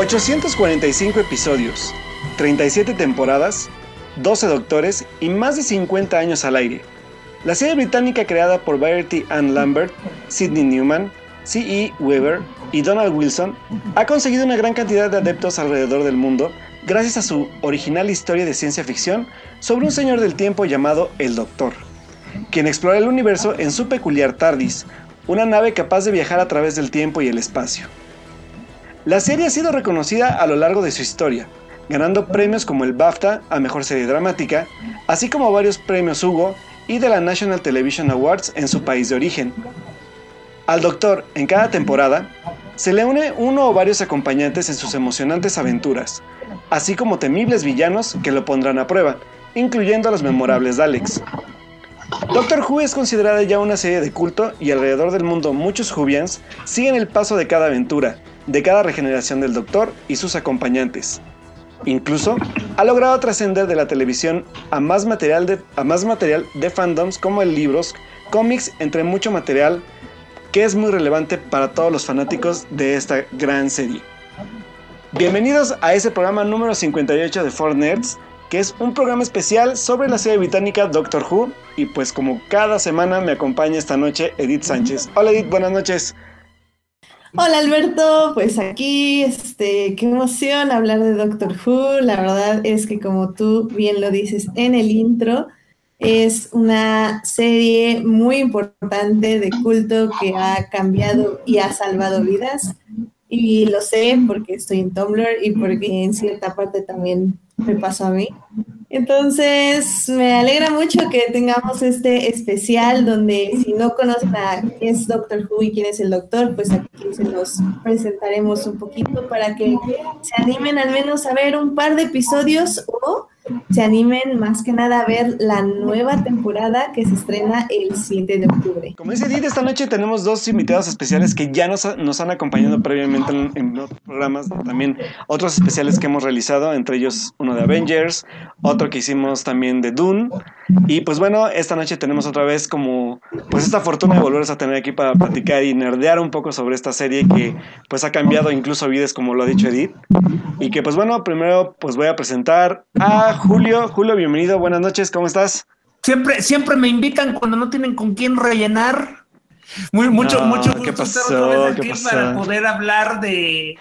845 episodios, 37 temporadas, 12 doctores y más de 50 años al aire. La serie británica creada por Verity Ann Lambert, Sidney Newman, C.E. Weber y Donald Wilson ha conseguido una gran cantidad de adeptos alrededor del mundo gracias a su original historia de ciencia ficción sobre un señor del tiempo llamado el Doctor, quien explora el universo en su peculiar TARDIS, una nave capaz de viajar a través del tiempo y el espacio. La serie ha sido reconocida a lo largo de su historia, ganando premios como el BAFTA a Mejor Serie Dramática, así como varios premios Hugo y de la National Television Awards en su país de origen. Al Doctor, en cada temporada, se le une uno o varios acompañantes en sus emocionantes aventuras, así como temibles villanos que lo pondrán a prueba, incluyendo a los memorables Daleks. Doctor Who es considerada ya una serie de culto y alrededor del mundo muchos Whovians siguen el paso de cada aventura, de cada regeneración del Doctor y sus acompañantes. Incluso ha logrado trascender de la televisión a más material de fandoms como el libros, cómics, entre mucho material que es muy relevante para todos los fanáticos de esta gran serie. Bienvenidos a ese programa número 58 de 4Nerds, que es un programa especial sobre la serie británica Doctor Who, y pues como cada semana me acompaña esta noche Edith Sánchez. Hola Edith, buenas noches. Hola Alberto, pues aquí, qué emoción hablar de Doctor Who. La verdad es que como tú bien lo dices en el intro, es una serie muy importante de culto que ha cambiado y ha salvado vidas. Y lo sé porque estoy en Tumblr y porque en cierta parte también me pasó a mí. Entonces, me alegra mucho que tengamos este especial donde si no conocen a quién es Doctor Who y quién es el Doctor, pues aquí se los presentaremos un poquito para que se animen al menos a ver un par de episodios o se animen más que nada a ver la nueva temporada que se estrena el 7 de octubre. Como dice Edith, esta noche tenemos dos invitados especiales que ya nos han acompañado previamente en otros programas, también otros especiales que hemos realizado, entre ellos uno de Avengers, otro que hicimos también de Dune, y pues bueno, esta noche tenemos otra vez como pues esta fortuna de volverlos a tener aquí para platicar y nerdear un poco sobre esta serie que pues ha cambiado incluso vidas, como lo ha dicho Edith, y que pues bueno, primero pues voy a presentar a Julio. Julio, bienvenido, buenas noches, ¿cómo estás? Siempre me invitan cuando no tienen con quién rellenar. Mucho gusto ¿qué pasó? estar otra vez aquí para poder hablar de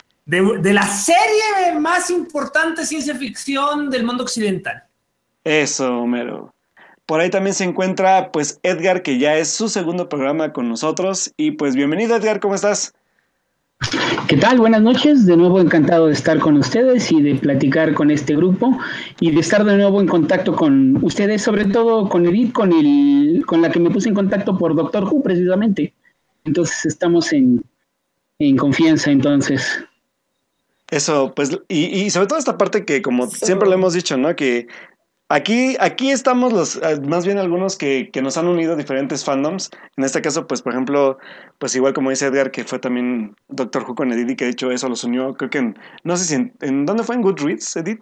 la serie más importante de ciencia ficción del mundo occidental. Eso, Homero. Por ahí también se encuentra pues Edgar, que ya es su segundo programa con nosotros. Y pues bienvenido Edgar, ¿cómo estás? ¿Qué tal? Buenas noches, de nuevo encantado de estar con ustedes y de platicar con este grupo y de estar de nuevo en contacto con ustedes, sobre todo con Edith, con la que me puse en contacto por Doctor Who precisamente. Entonces estamos en confianza entonces. Eso, pues, y sobre todo esta parte que como siempre lo hemos dicho, ¿no? Que Aquí estamos más bien algunos que nos han unido diferentes fandoms. En este caso, pues, por ejemplo, pues igual como dice Edgar, que fue también Doctor Who con Edith y que de hecho eso los unió, creo que no sé si en ¿dónde fue? ¿En Goodreads, Edith?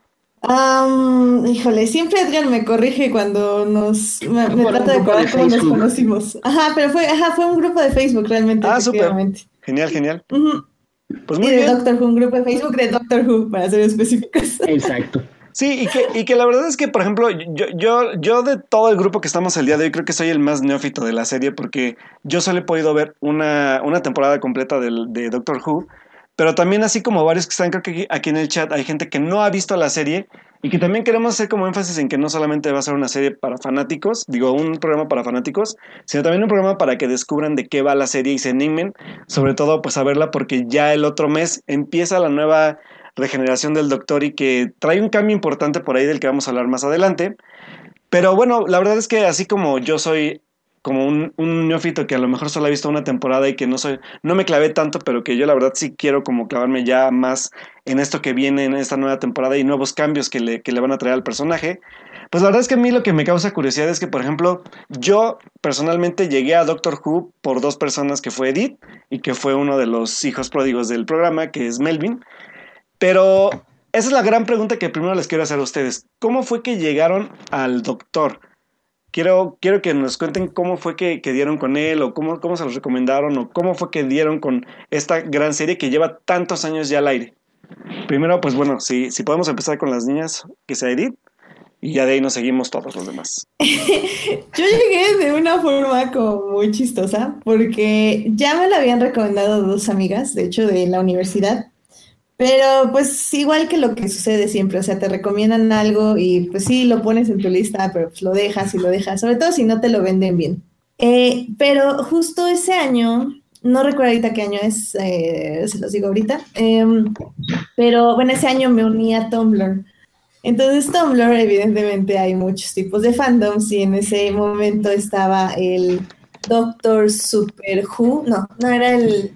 Híjole, siempre Edgar me corrige cuando me trata de acordar cómo nos conocimos. Pero fue un grupo de Facebook realmente. Súper. Genial. Uh-huh. Pues muy y de bien. Doctor Who, un grupo de Facebook de Doctor Who, para ser específicos. Exacto. Sí, y que la verdad es que, por ejemplo, yo de todo el grupo que estamos el día de hoy, creo que soy el más neófito de la serie porque yo solo he podido ver una temporada completa de Doctor Who, pero también así como varios que están, creo que aquí en el chat hay gente que no ha visto la serie y que también queremos hacer como énfasis en que no solamente va a ser una serie para fanáticos, un programa para fanáticos, sino también un programa para que descubran de qué va la serie y se animen, sobre todo pues a verla porque ya el otro mes empieza la nueva regeneración del Doctor y que trae un cambio importante por ahí del que vamos a hablar más adelante. Pero bueno, la verdad es que así como yo soy como un neófito que a lo mejor solo ha visto una temporada y que no me clavé tanto, pero que yo la verdad sí quiero como clavarme ya más en esto que viene en esta nueva temporada y nuevos cambios que le van a traer al personaje. Pues la verdad es que a mí lo que me causa curiosidad es que, por ejemplo, yo personalmente llegué a Doctor Who por dos personas, que fue Edith y que fue uno de los hijos pródigos del programa, que es Melvin. Pero esa es la gran pregunta que primero les quiero hacer a ustedes. ¿Cómo fue que llegaron al Doctor? Quiero que nos cuenten cómo fue que dieron con él, o cómo se los recomendaron, o cómo fue que dieron con esta gran serie que lleva tantos años ya al aire. Primero, pues bueno, si podemos empezar con las niñas, que sea Edith, y ya de ahí nos seguimos todos los demás. Yo llegué de una forma como muy chistosa, porque ya me lo habían recomendado dos amigas, de hecho, de la universidad, pero pues igual que lo que sucede siempre, o sea, te recomiendan algo y pues sí, lo pones en tu lista, pero pues lo dejas y lo dejas, sobre todo si no te lo venden bien. Pero justo ese año, no recuerdo ahorita qué año es, se los digo ahorita, pero bueno, ese año me uní a Tumblr. Entonces, Tumblr, evidentemente, hay muchos tipos de fandoms y en ese momento estaba el Doctor Super Who, no era el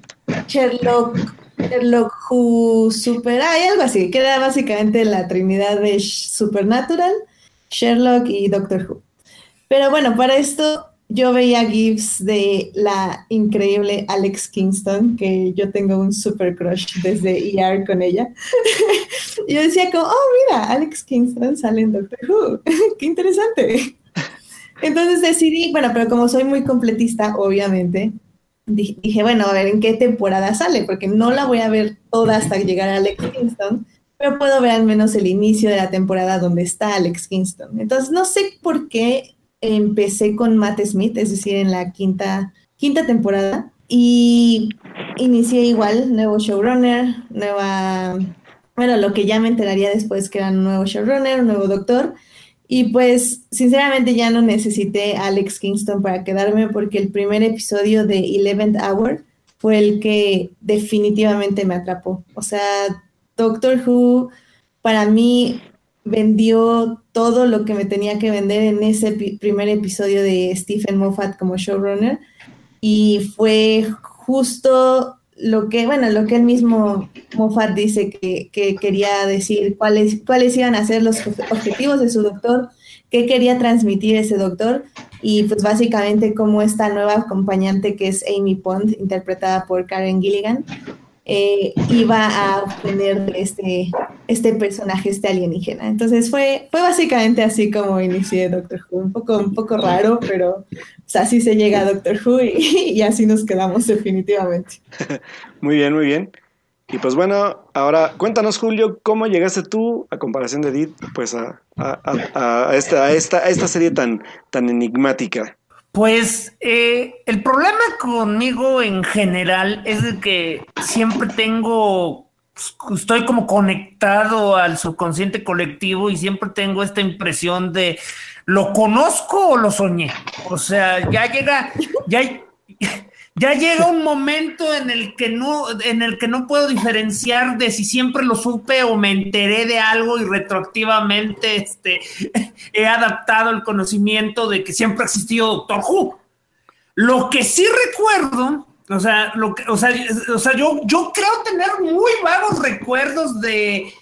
Sherlock Who Super, hay algo así, que era básicamente la trinidad de Supernatural, Sherlock y Doctor Who. Pero bueno, para esto yo veía GIFs de la increíble Alex Kingston, que yo tengo un super crush desde ER con ella. Y yo decía como, oh, mira, Alex Kingston sale en Doctor Who. ¡Qué interesante! Entonces decidí, bueno, pero como soy muy completista, obviamente, dije, bueno, a ver, ¿en qué temporada sale? Porque no la voy a ver toda hasta llegar a Alex Kingston, pero puedo ver al menos el inicio de la temporada donde está Alex Kingston. Entonces, no sé por qué empecé con Matt Smith, es decir, en la quinta temporada, y inicié igual, nuevo showrunner, bueno, lo que ya me enteraría después que era un nuevo showrunner, un nuevo doctor, y pues sinceramente ya no necesité a Alex Kingston para quedarme porque el primer episodio de 11th Hour fue el que definitivamente me atrapó. O sea, Doctor Who para mí vendió todo lo que me tenía que vender en ese primer episodio de Stephen Moffat como showrunner y fue justo lo que él mismo Moffat dice que quería decir, cuáles iban a ser los objetivos de su doctor, qué quería transmitir ese doctor y pues básicamente cómo esta nueva acompañante que es Amy Pond, interpretada por Karen Gilligan, iba a obtener este personaje, este alienígena. Entonces fue básicamente así como inicié Doctor Who, un poco raro, pero pues, así se llega a Doctor Who y así nos quedamos definitivamente. Muy bien, muy bien. Y pues bueno, ahora cuéntanos, Julio, ¿cómo llegaste tú, a comparación de Edith, pues a esta serie tan enigmática? Pues el problema conmigo en general es de que siempre estoy como conectado al subconsciente colectivo y siempre tengo esta impresión de ¿lo conozco o lo soñé? O sea, ya llega un momento en el que no puedo diferenciar de si siempre lo supe o me enteré de algo y retroactivamente he adaptado el conocimiento de que siempre ha existido Doctor Who. Lo que sí recuerdo, yo creo tener muy vagos recuerdos de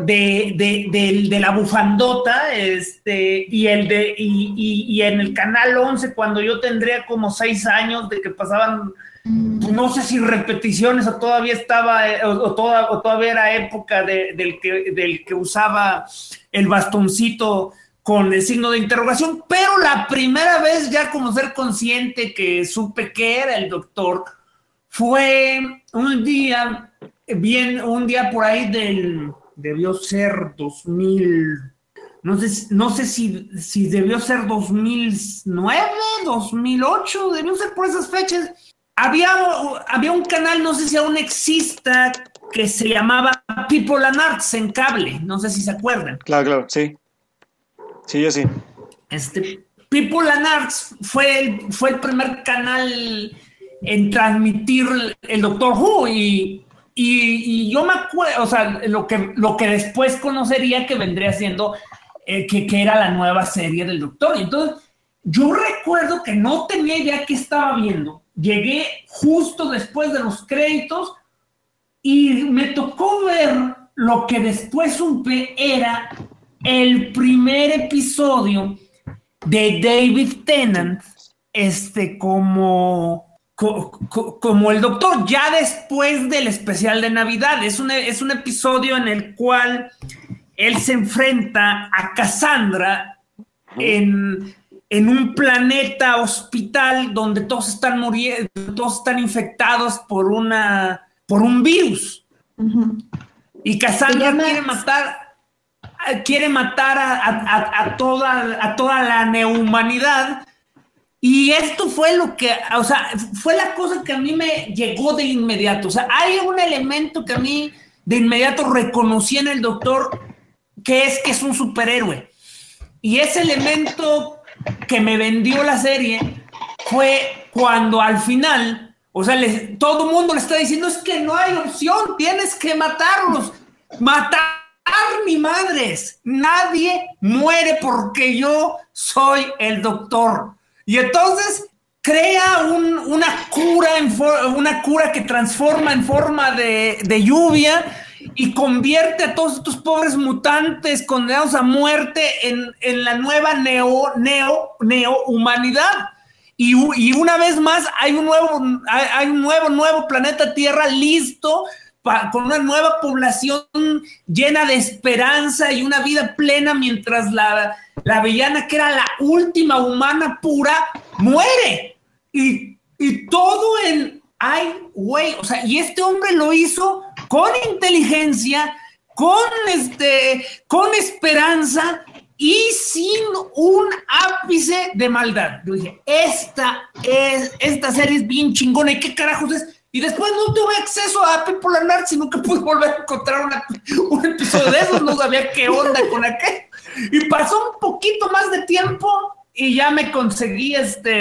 la bufandota, y en el canal 11 cuando yo tendría como 6 años de que pasaban, no sé si repeticiones o todavía estaba o todavía era época del que usaba el bastoncito con el signo de interrogación, pero la primera vez ya como ser consciente que supe que era el doctor fue un día por ahí debió ser 2000, no sé si debió ser 2009, 2008, debió ser por esas fechas. Había un canal, no sé si aún exista, que se llamaba People and Arts en cable, no sé si se acuerdan. Claro, sí. Sí, yo sí. People and Arts fue el primer canal en transmitir el Doctor Who y yo me acuerdo, o sea, lo que después conocería que vendría siendo que era la nueva serie del Doctor. Y entonces, yo recuerdo que no tenía idea qué estaba viendo. Llegué justo después de los créditos y me tocó ver lo que después supe era el primer episodio de David Tennant, como el doctor, ya después del especial de Navidad. Es un episodio en el cual él se enfrenta a Cassandra en un planeta hospital donde todos están muriendo, todos están infectados por un virus. Uh-huh. Y Cassandra quiere matar a toda la neohumanidad. Y esto fue fue la cosa que a mí me llegó de inmediato. O sea, hay un elemento que a mí de inmediato reconocí en el Doctor, que es un superhéroe. Y ese elemento que me vendió la serie fue cuando al final, o sea, todo el mundo le está diciendo, es que no hay opción, tienes que matarlos. Matar ni madres. Nadie muere porque yo soy el Doctor. Y entonces crea una cura que transforma en forma de lluvia y convierte a todos estos pobres mutantes condenados a muerte en la nueva neo-humanidad. Y una vez más hay un nuevo planeta Tierra listo con una nueva población llena de esperanza y una vida plena, mientras la villana, que era la última humana pura, muere. Y todo o sea, y este hombre lo hizo con inteligencia, con esperanza y sin un ápice de maldad. Yo dije, esta serie es bien chingona. ¿Y qué carajos es? Y después no tuve acceso a People and Art, sino que pude volver a encontrar un episodio de esos. No sabía qué onda con aquel. Y pasó un poquito más de tiempo y ya me conseguí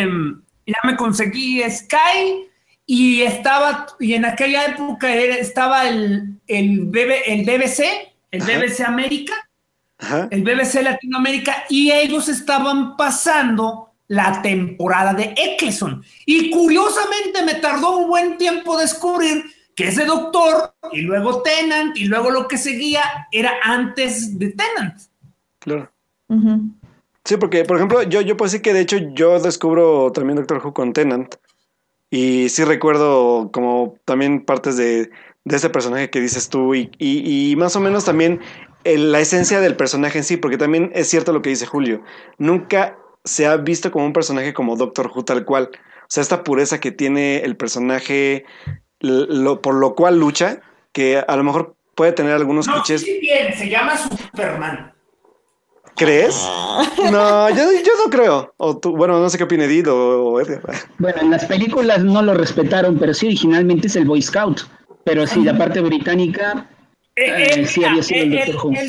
Sky, y en aquella época estaba el BBC, BBC América, el BBC Latinoamérica, y ellos estaban pasando la temporada de Eccleston. Y curiosamente me tardó un buen tiempo descubrir que ese Doctor, y luego Tennant, y luego lo que seguía, era antes de Tennant. Claro. Uh-huh. Sí, porque, por ejemplo, yo puedo decir que de hecho yo descubro también Doctor Who con Tennant. Y sí recuerdo como también partes de ese personaje que dices tú y más o menos también la esencia del personaje en sí, porque también es cierto lo que dice Julio. Nunca se ha visto como un personaje como Doctor Who tal cual. O sea, esta pureza que tiene el personaje, por lo cual lucha, que a lo mejor puede tener algunos clichés. Sí, bien, se llama Superman. ¿Crees? No, yo no creo. O tú, bueno, no sé qué opina Edith o Edgar. Bueno, en las películas no lo respetaron, pero sí, originalmente es el Boy Scout. Pero sí, la parte británica sí había sido el Doctor Who.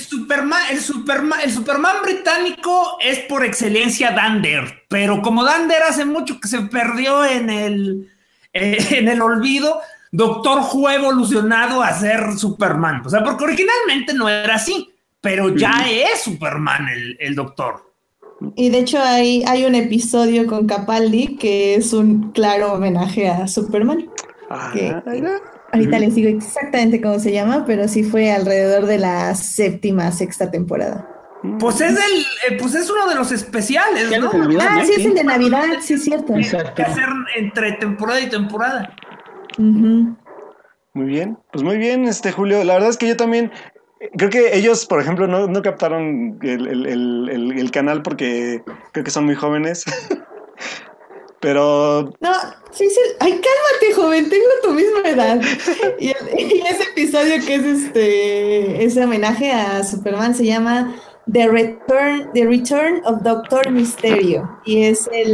El Superman británico es por excelencia Dan Dare, pero como Dan Dare hace mucho que se perdió en el olvido, Doctor Who ha evolucionado a ser Superman. O sea, porque originalmente no era así, pero ya es Superman el Doctor. Y de hecho hay un episodio con Capaldi que es un claro homenaje a Superman. Ahorita les digo exactamente cómo se llama, pero sí fue alrededor de la sexta temporada. Pues es uno de los especiales, ¿no? Navidad, sí, es el de Navidad, sí, es cierto. Exacto. Que hacer entre temporada y temporada. Uh-huh. Muy bien, pues muy bien, Julio. La verdad es que yo también creo que ellos, por ejemplo, no captaron el canal porque creo que son muy jóvenes. Pero... No, sí. Ay, cálmate, joven, tengo tu misma edad. Y ese episodio que es ese homenaje a Superman se llama The Return of Doctor Mysterio. Y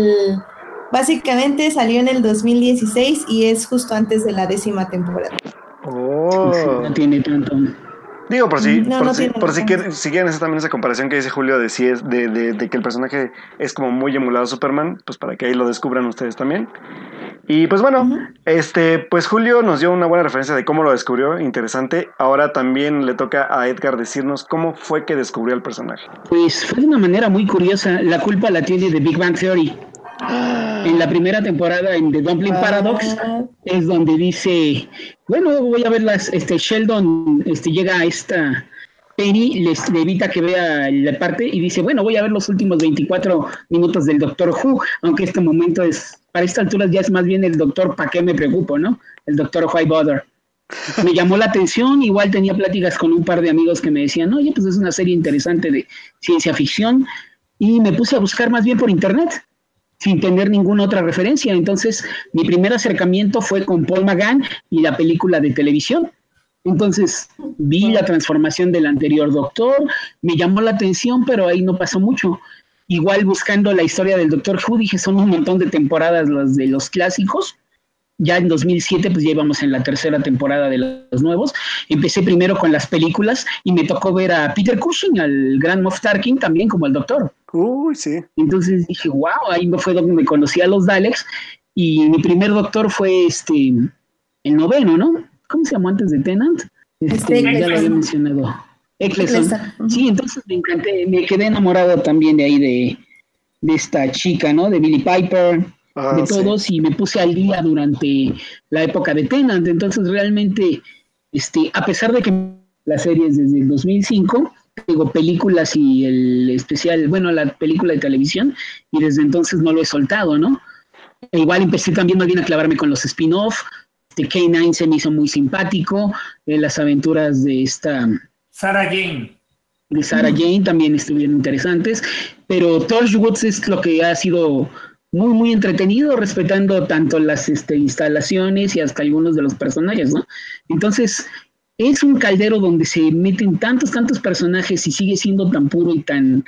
básicamente salió en el 2016 y es justo antes de la 10ª temporada. Oh. No tiene tanto. Digo, por si quieren hacer también esa comparación que dice Julio de si es de que el personaje es como muy emulado a Superman, pues para que ahí lo descubran ustedes también. Y pues bueno, pues Julio nos dio una buena referencia de cómo lo descubrió, interesante. Ahora también le toca a Edgar decirnos cómo fue que descubrió el personaje. Pues fue de una manera muy curiosa. La culpa la tiene de Big Bang Theory. En la primera temporada, en The Dumpling Paradox, es donde dice, bueno, voy a ver Sheldon llega a esta Penny, le evita que vea la parte y dice, bueno, voy a ver los últimos 24 minutos del Doctor Who, aunque este momento para esta altura ya es más bien el Doctor ¿para qué me preocupo?, ¿no? El Doctor Why Bother. Me llamó la atención, igual tenía pláticas con un par de amigos que me decían, oye, pues es una serie interesante de ciencia ficción, y me puse a buscar más bien por internet, sin tener ninguna otra referencia. Entonces, mi primer acercamiento fue con Paul McGann y la película de televisión. Entonces vi la transformación del anterior Doctor, me llamó la atención, pero ahí no pasó mucho. Igual buscando la historia del Doctor Who, dije, son un montón de temporadas las de los clásicos. Ya en 2007, pues ya íbamos en la tercera temporada de los nuevos. Empecé primero con las películas y me tocó ver a Peter Cushing, al gran Moff Tarkin, también como el Doctor. Uy, sí. Entonces dije, wow, ahí fue donde me conocí a los Daleks. Y mi primer Doctor fue el noveno, ¿no? ¿Cómo se llamó antes de Tennant? Ya lo había mencionado. Eccleston. Sí, entonces me encanté, me quedé enamorado también de ahí de esta chica, ¿no? De Billie Piper, de todos, sí. Y me puse al día durante la época de Tennant. Entonces realmente, a pesar de que la serie es desde el 2005, digo, películas y el especial, bueno, la película de televisión, y desde entonces no lo he soltado, ¿no? E igual empecé también más bien a clavarme con los spin-off. K9 se me hizo muy simpático, las aventuras de esta Sarah Jane. De Sarah Jane también estuvieron interesantes, pero Torchwood es lo que ha sido muy, muy entretenido, respetando tanto las instalaciones y hasta algunos de los personajes, ¿no? Entonces, es un caldero donde se meten tantos personajes y sigue siendo tan puro y tan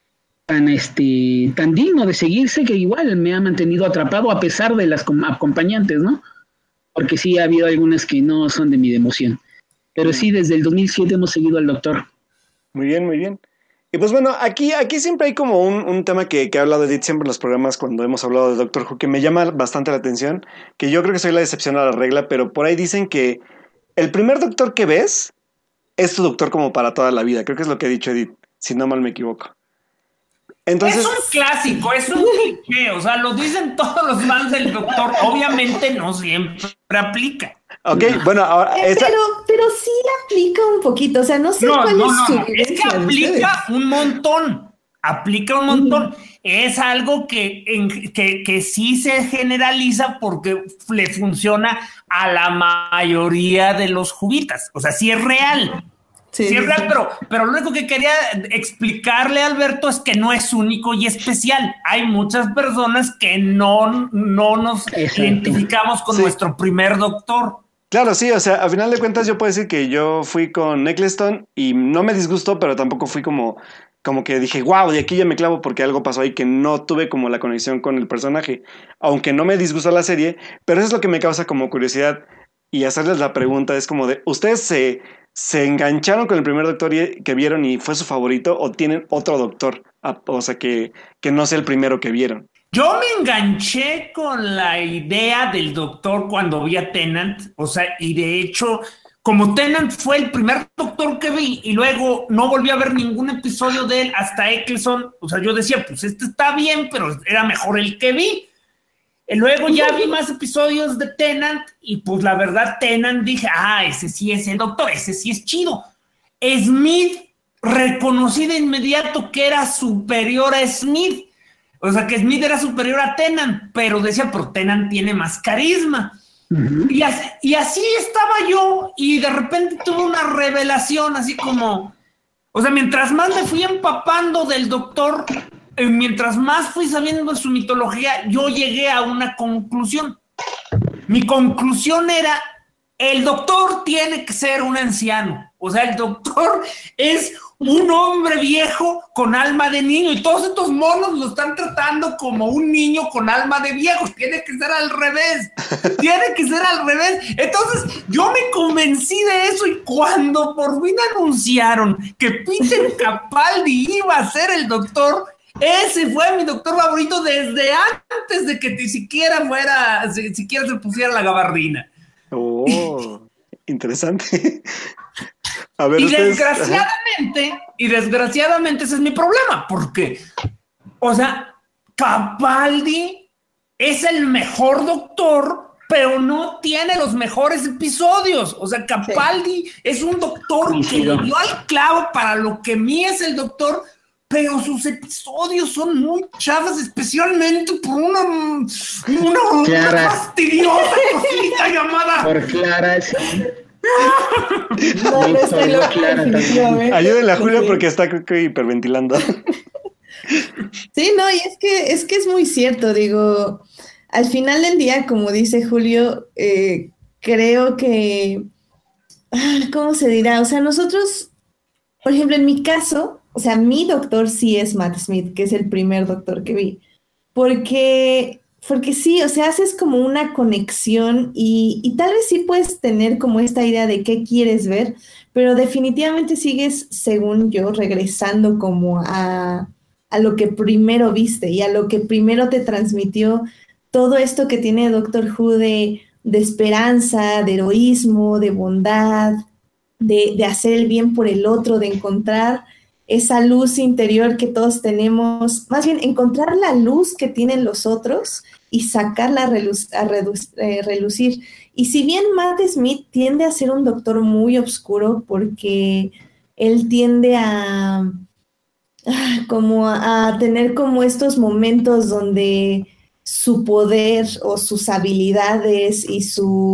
digno de seguirse, que igual me ha mantenido atrapado a pesar de las acompañantes, ¿no? Porque sí ha habido algunas que no son de mi devoción. Pero sí, desde el 2007 hemos seguido al Doctor. Muy bien, muy bien. Y pues bueno, aquí siempre hay como un tema que ha hablado Edith siempre en los programas cuando hemos hablado de Doctor Who, que me llama bastante la atención, que yo creo que soy la excepción a la regla, pero por ahí dicen que el primer Doctor que ves es tu Doctor como para toda la vida. Creo que es lo que ha dicho Edith, si no mal me equivoco. Entonces, es un clásico, es un cliché, o sea, lo dicen todos los fans del Doctor, obviamente no siempre aplica. Ok, bueno, ahora... Pero sí la aplica un poquito, o sea, no sé cuál es su es que aplica un montón, Es algo que sí se generaliza porque le funciona a la mayoría de los juguitas, o sea, sí es real. Sí, es real, pero lo único que quería explicarle a Alberto es que no es único y especial. Hay muchas personas que no nos identificamos con nuestro primer Doctor. Claro, sí, o sea, a final de cuentas yo puedo decir que yo fui con Eccleston y no me disgustó, pero tampoco fui como que dije, wow, de aquí ya me clavo porque algo pasó ahí que no tuve como la conexión con el personaje. Aunque no me disgustó la serie, pero eso es lo que me causa como curiosidad y hacerles la pregunta es como de, ¿ustedes se engancharon con el primer Doctor que vieron y fue su favorito o tienen otro Doctor? O sea, que no sea el primero que vieron. Yo me enganché con la idea del Doctor cuando vi a Tennant, o sea, y de hecho, como Tennant fue el primer Doctor que vi y luego no volví a ver ningún episodio de él hasta Eccleston, o sea, yo decía, pues está bien, pero era mejor el que vi. Y luego ya vi más episodios de Tennant y pues la verdad Tennant dije, ese sí es el Doctor, ese sí es chido. Smith, reconocí de inmediato que era superior a Smith. O sea, que Smith era superior a Tennant, pero decía, pero Tennant tiene más carisma. Uh-huh. Y así estaba yo, y de repente tuve una revelación, así como... O sea, mientras más me fui empapando del Doctor, mientras más fui sabiendo de su mitología, yo llegué a una conclusión. Mi conclusión era, el Doctor tiene que ser un anciano. O sea, el Doctor es un hombre viejo con alma de niño y todos estos monos lo están tratando como un niño con alma de viejo. Tiene que ser al revés. Entonces, yo me convencí de eso y cuando por fin anunciaron que Peter Capaldi iba a ser el Doctor, ese fue mi Doctor favorito desde antes de que ni siquiera se pusiera la gabardina. Oh, interesante. A ver, desgraciadamente ese es mi problema, porque, o sea, Capaldi es el mejor Doctor, pero no tiene los mejores episodios. O sea, Capaldi es un Doctor que le dio al clavo para lo que mí es el Doctor, pero sus episodios son muy chavas, especialmente por una fastidiosa cosita llamada... Por Clara, sí. No estoy loca, definitivamente. Ayúdenle a Julio porque está creo que hiperventilando. Sí, no, y es que es muy cierto, digo, al final del día, como dice Julio, creo que ¿cómo se dirá? O sea, nosotros, por ejemplo, en mi caso, o sea, mi doctor sí es Matt Smith, que es el primer doctor que vi. Porque sí, o sea, haces como una conexión y tal vez sí puedes tener como esta idea de qué quieres ver, pero definitivamente sigues, según yo, regresando como a lo que primero viste y a lo que primero te transmitió todo esto que tiene Doctor Who de esperanza, de heroísmo, de bondad, de hacer el bien por el otro, de encontrar esa luz interior que todos tenemos, más bien encontrar la luz que tienen los otros y sacarla relucir. Y si bien Matt Smith tiende a ser un doctor muy oscuro porque él tiende como a tener como estos momentos donde su poder o sus habilidades y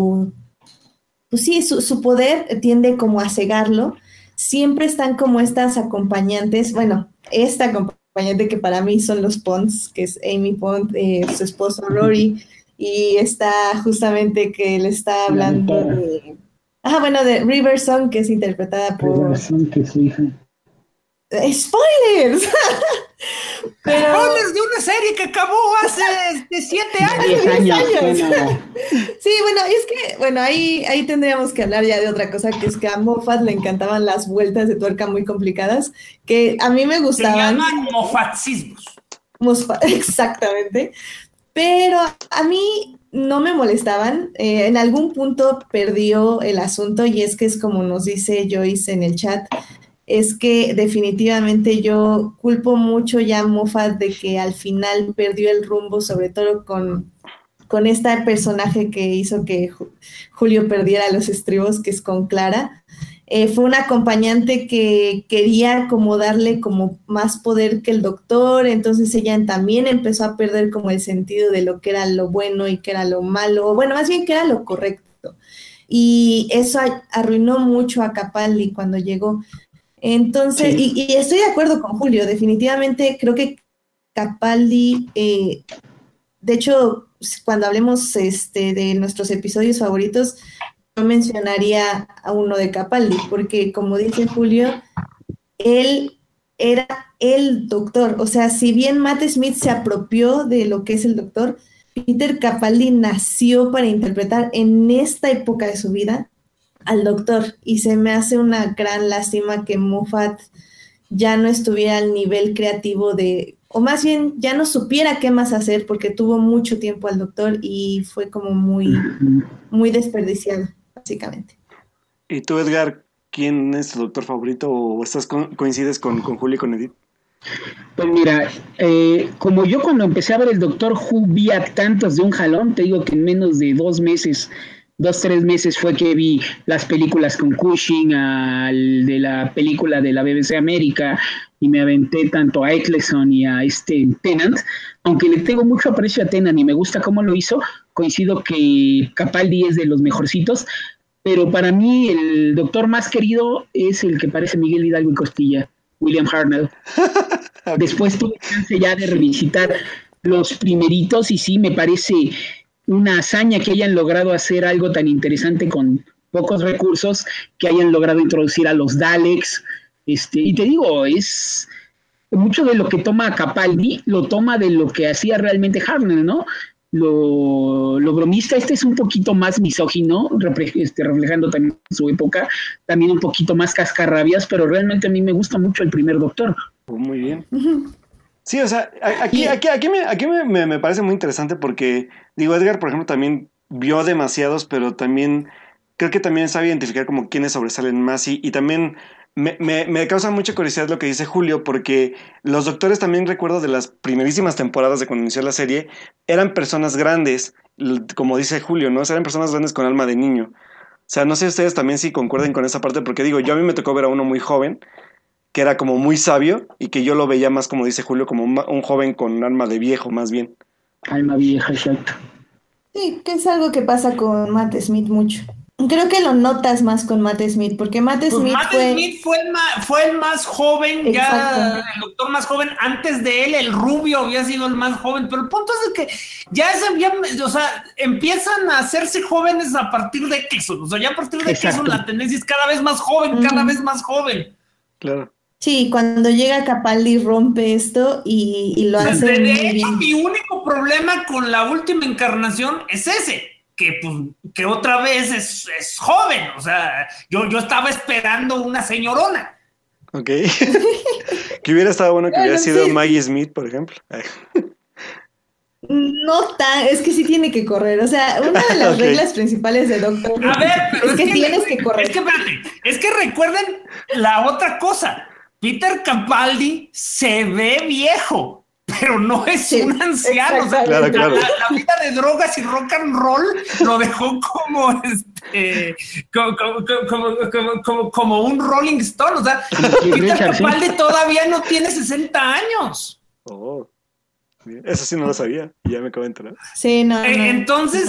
pues sí, su poder tiende como a cegarlo. Siempre están como estas acompañantes, bueno, esta acompañante que para mí son los Ponds, que es Amy Pond, su esposo Rory, y está justamente que le está hablando de, bueno, de River Song, que es interpretada por... Que es su hija. ¡Spoilers! Pero... ¡Spoilers de una serie que acabó hace 7 años! 10 años. Bueno. Sí, bueno, es que, bueno, ahí tendríamos que hablar ya de otra cosa, que es que a Moffat le encantaban las vueltas de tuerca muy complicadas, que a mí me Se gustaban. llaman mofatismos. Exactamente. Pero a mí no me molestaban. En algún punto perdió el asunto y es que es como nos dice Joyce en el chat, es que definitivamente yo culpo mucho ya a Moffat de que al final perdió el rumbo, sobre todo con este personaje que hizo que Julio perdiera los estribos, que es con Clara. Fue una acompañante que quería como darle como más poder que el doctor, entonces ella también empezó a perder como el sentido de lo que era lo bueno y que era lo malo, bueno, más bien que era lo correcto. Y eso arruinó mucho a Capaldi cuando llegó. Entonces, Sí. y estoy de acuerdo con Julio, definitivamente creo que Capaldi, de hecho, cuando hablemos de nuestros episodios favoritos, yo mencionaría a uno de Capaldi, porque como dice Julio, él era el doctor, o sea, si bien Matt Smith se apropió de lo que es el doctor, Peter Capaldi nació para interpretar en esta época de su vida al doctor, y se me hace una gran lástima que Moffat ya no estuviera al nivel creativo o más bien ya no supiera qué más hacer porque tuvo mucho tiempo al doctor y fue como muy, muy desperdiciado, básicamente. ¿Y tú, Edgar, quién es tu doctor favorito o coincides con Julio y con Edith? Pues mira, como yo cuando empecé a ver el Doctor Who vi a tantos de un jalón, te digo que en menos de 3 meses fue que vi las películas con Cushing, de la película de la BBC América, y me aventé tanto a Eccleston y a Tennant. Aunque le tengo mucho aprecio a Tennant y me gusta cómo lo hizo, coincido que Capaldi es de los mejorcitos, pero para mí el doctor más querido es el que parece Miguel Hidalgo y Costilla, William Hartnell. Okay. Después tuve chance ya de revisitar los primeritos y sí, me parece una hazaña que hayan logrado hacer algo tan interesante con pocos recursos, que hayan logrado introducir a los Daleks, y te digo, es mucho de lo que toma Capaldi, lo toma de lo que hacía realmente Hartnell, ¿no? Lo bromista, es un poquito más misógino, reflejando también su época, también un poquito más cascarrabias, pero realmente a mí me gusta mucho el primer Doctor. Oh, muy bien. Sí, o sea, aquí me parece muy interesante porque, digo, Edgar, por ejemplo, también vio demasiados, pero también creo que también sabe identificar como quiénes sobresalen más y también me causa mucha curiosidad lo que dice Julio, porque los doctores también recuerdo de las primerísimas temporadas de cuando inició la serie, eran personas grandes, como dice Julio, ¿no? O sea, eran personas grandes con alma de niño. O sea, no sé ustedes también si concuerden con esa parte, porque digo, yo a mí me tocó ver a uno muy joven, que era como muy sabio y que yo lo veía más, como dice Julio, como un joven con alma de viejo, más bien. Alma vieja, exacto. Sí, que es algo que pasa con Matt Smith mucho. Creo que lo notas más con Matt Smith, porque Matt Smith fue el más joven, Exacto. ya el doctor más joven. Antes de él, el rubio había sido el más joven, pero el punto es de que o sea, empiezan a hacerse jóvenes a partir de Eccleston. O sea, ya a partir de Eccleston la tendencia es cada vez más joven, cada vez más joven. Claro. Sí, cuando llega Capaldi rompe esto y lo hace De muy hecho, bien. mi único problema con la última encarnación es ese. Que otra vez es joven, o sea, yo estaba esperando una señorona. Ok. Que hubiera estado bueno que hubiera sido Maggie Smith, por ejemplo. No tan, es que sí tiene que correr, o sea, una de las reglas principales de Doctor Who A ver, pero es que tienes que correr. Es que recuerden la otra cosa, Peter Capaldi se ve viejo, pero no es un anciano. O sea, claro. La vida de drogas y rock and roll lo dejó como un Rolling Stone. O sea, Peter Capaldi todavía no tiene 60 años. Oh, eso sí no lo sabía. Ya me acabo de enterar. Sí, no. Entonces,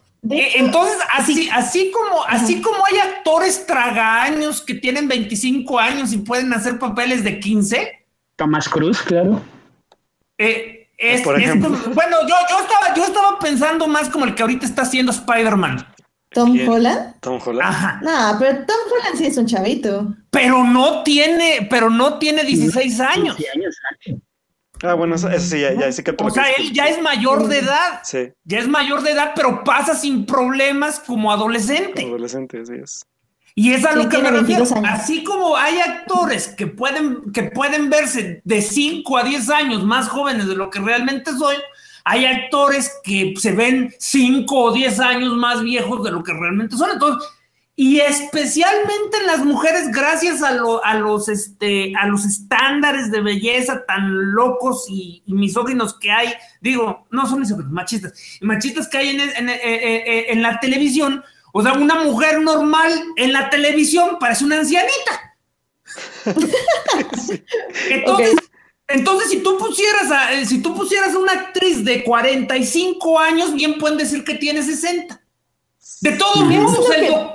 así como hay actores tragaños que tienen 25 años y pueden hacer papeles de 15. Tomás Cruise, claro. Por ejemplo. Bueno, yo estaba pensando más como el que ahorita está haciendo Spider-Man. ¿Tom Holland? Tom Holland. Ajá. No, pero Tom Holland sí es un chavito. Pero no tiene 16 años. Bueno, eso sí, ya sí que... O sea, él ya es mayor de edad. Sí. Ya es mayor de edad, pero pasa sin problemas como adolescente. Adolescente, sí es. Y es a lo que me refiero. Años. Así como hay actores que pueden verse de 5 a 10 años más jóvenes de lo que realmente soy, hay actores que se ven 5 o 10 años más viejos de lo que realmente son. Entonces, y especialmente en las mujeres, gracias a los estándares de belleza tan locos y misóginos que hay, digo, no son misóginos, machistas que hay en la televisión. O sea, una mujer normal en la televisión parece una ancianita. Sí. Entonces, si tú pusieras a una actriz de 45 años, bien pueden decir que tiene 60. De todos modos,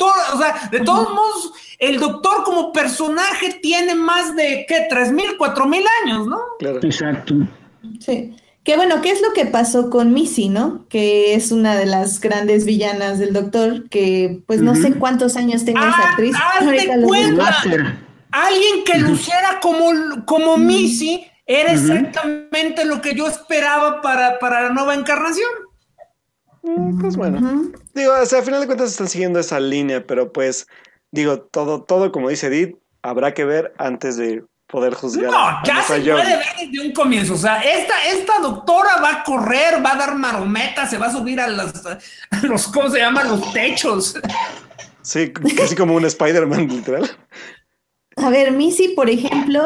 el doctor como personaje tiene más de, ¿qué? 3,000, 4,000 años, ¿no? Claro. Exacto. Sí. Que bueno, ¿qué es lo que pasó con Missy, no? Que es una de las grandes villanas del Doctor, que pues no sé cuántos años tenga esa actriz. Hazte cuenta, alguien que luciera como Missy era exactamente lo que yo esperaba para la nueva encarnación. Pues bueno, digo, o sea, a final de cuentas están siguiendo esa línea, pero pues, digo, todo como dice Edith, habrá que ver antes de poder juzgar. No, ya se puede ver desde un comienzo. O sea, esta doctora va a correr, va a dar marometas, se va a subir a los ¿cómo se llaman? Los techos. Sí, casi como un Spider-Man, literal. A ver, Missy, por ejemplo,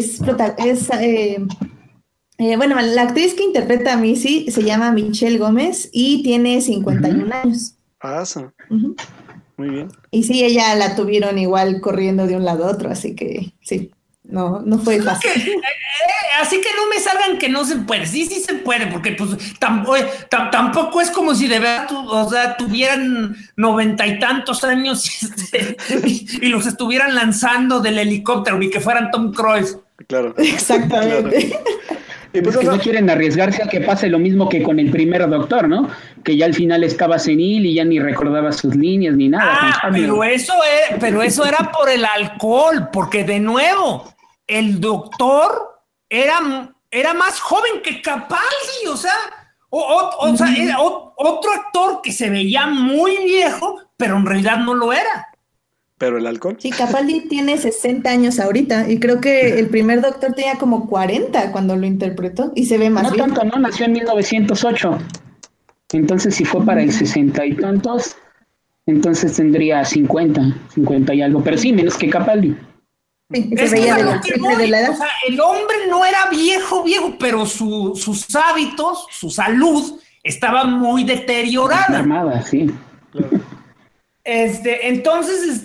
bueno, la actriz que interpreta a Missy se llama Michelle Gómez y tiene 51 años. Sí. Muy bien. Y sí, ella la tuvieron igual corriendo de un lado a otro, así que sí. No fue fácil. Así que no me salgan que no se puede. Sí se puede, porque pues tampoco es como si de verdad tuvieran 90 y tantos años y los estuvieran lanzando del helicóptero, ni que fueran Tom Cruise. Claro. Exactamente. Claro. Y pues que no quieren arriesgarse a que pase lo mismo que con el primer Doctor, ¿no? Que ya al final estaba senil y ya ni recordaba sus líneas ni nada. Pero eso era por el alcohol, porque de nuevo, el Doctor era más joven que Capaldi, o sea, era otro actor que se veía muy viejo, pero en realidad no lo era. ¿Pero el alcohol? Sí, Capaldi tiene 60 años ahorita y creo que el primer Doctor tenía como 40 cuando lo interpretó y se ve más bien. No tanto, ¿no? Nació en 1908. Entonces, si fue para el 60 y tantos, entonces tendría 50 y algo. Pero sí, menos que Capaldi. Sí, se veía de la edad. O sea, el hombre no era viejo, pero sus hábitos, su salud, estaba muy deteriorada. Armada, sí. Claro. Entonces,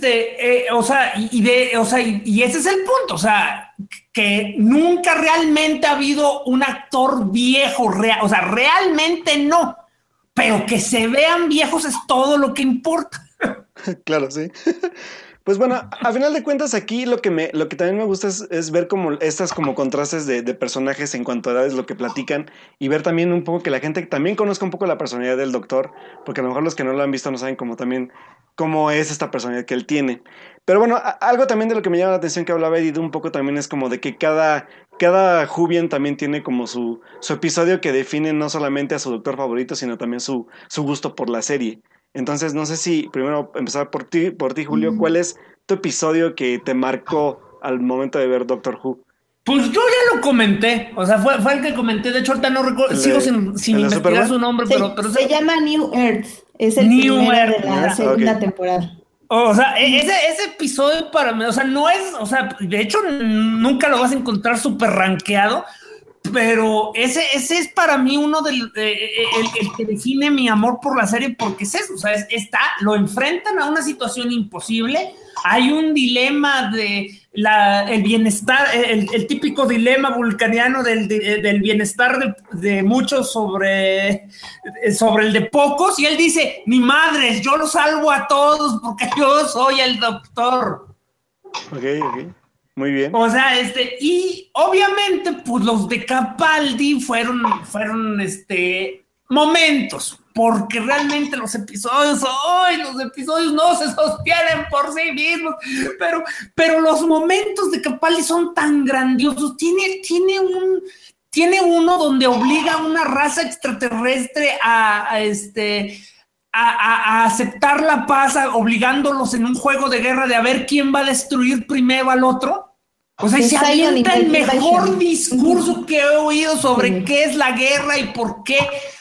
y ese es el punto, o sea, que nunca realmente ha habido un actor viejo, o sea, realmente no, pero que se vean viejos es todo lo que importa. Claro, sí. Pues bueno, a final de cuentas aquí lo que también me gusta es ver como estas como contrastes de personajes en cuanto a edades, lo que platican, y ver también un poco que la gente también conozca un poco la personalidad del doctor, porque a lo mejor los que no lo han visto no saben como también cómo es esta personalidad que él tiene. Pero bueno, algo también de lo que me llama la atención que hablaba Edith un poco también es como de que cada Jubian también tiene como su episodio que define no solamente a su doctor favorito, sino también su gusto por la serie. Entonces, no sé si primero empezar por ti, Julio, ¿cuál es tu episodio que te marcó al momento de ver Doctor Who? Pues yo ya lo comenté, o sea, fue el que comenté, de hecho ahorita no recuerdo, sigo sin investigar su nombre, pero se llama New Earth, es el New primero Earth, de la segunda temporada. O sea, ese episodio para mí, o sea, no es, o sea, de hecho nunca lo vas a encontrar súper rankeado, pero ese es para mí uno el que define mi amor por la serie, porque es eso, o sea, lo enfrentan a una situación imposible, hay un dilema de el bienestar, el típico dilema vulcaniano del bienestar de muchos sobre el de pocos, y él dice, ni madres, yo los salvo a todos porque yo soy el doctor. Ok. Muy bien. O sea, y obviamente, pues los de Capaldi fueron momentos, porque realmente los episodios no se sostienen por sí mismos, pero los momentos de Capaldi son tan grandiosos. Tiene uno donde obliga a una raza extraterrestre a aceptar la paz, obligándolos en un juego de guerra de a ver quién va a destruir primero al otro. O sea, se avienta el mejor discurso que he oído sobre qué es la guerra y por qué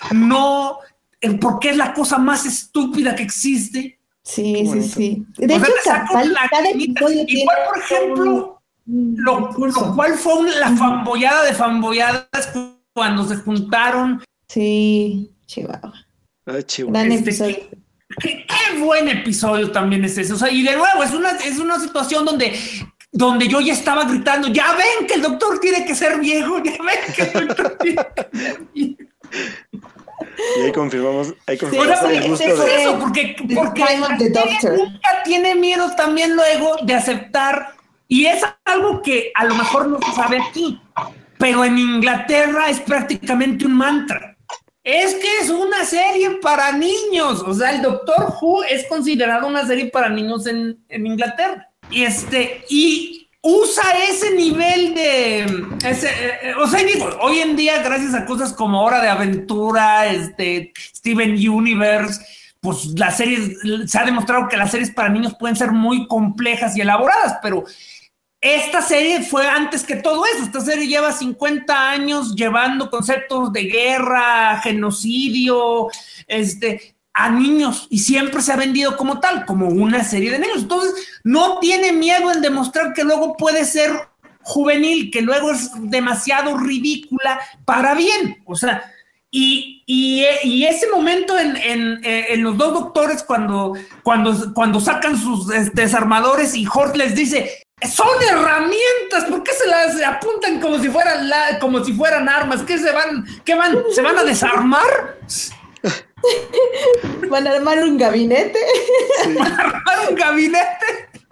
es la cosa más estúpida que existe. Sí. De hecho, Capaldi, cada episodio tiene, igual, por ejemplo, lo cual fue la fambollada de fambolladas cuando se juntaron. Sí, Chihuahua. Gran episodio. Qué buen episodio también es ese. O sea, y de nuevo, es una situación donde yo ya estaba gritando, ya ven que el doctor tiene que ser viejo, ya ven que el doctor tiene que ser viejo. Y ahí confirmamos el gusto de eso, porque nunca tiene miedo también luego de aceptar, y es algo que a lo mejor no se sabe aquí, pero en Inglaterra es prácticamente un mantra. Es que es una serie para niños, o sea, el Doctor Who es considerado una serie para niños en Inglaterra. Y usa ese nivel o sea, digo, hoy en día, gracias a cosas como Hora de Aventura, Steven Universe, pues las series, se ha demostrado que las series para niños pueden ser muy complejas y elaboradas, pero esta serie fue antes que todo eso. Esta serie lleva 50 años llevando conceptos de guerra, genocidio, a niños, y siempre se ha vendido como tal, como una serie de niños. Entonces, no tiene miedo en demostrar que luego puede ser juvenil, que luego es demasiado ridícula para bien. O sea, y ese momento en los dos doctores cuando sacan sus desarmadores y Hort les dice, son herramientas, ¿por qué se las apuntan como si fueran armas? ¿Se van a desarmar? ¿Van a armar un gabinete? Sí. ¿Van a armar un gabinete?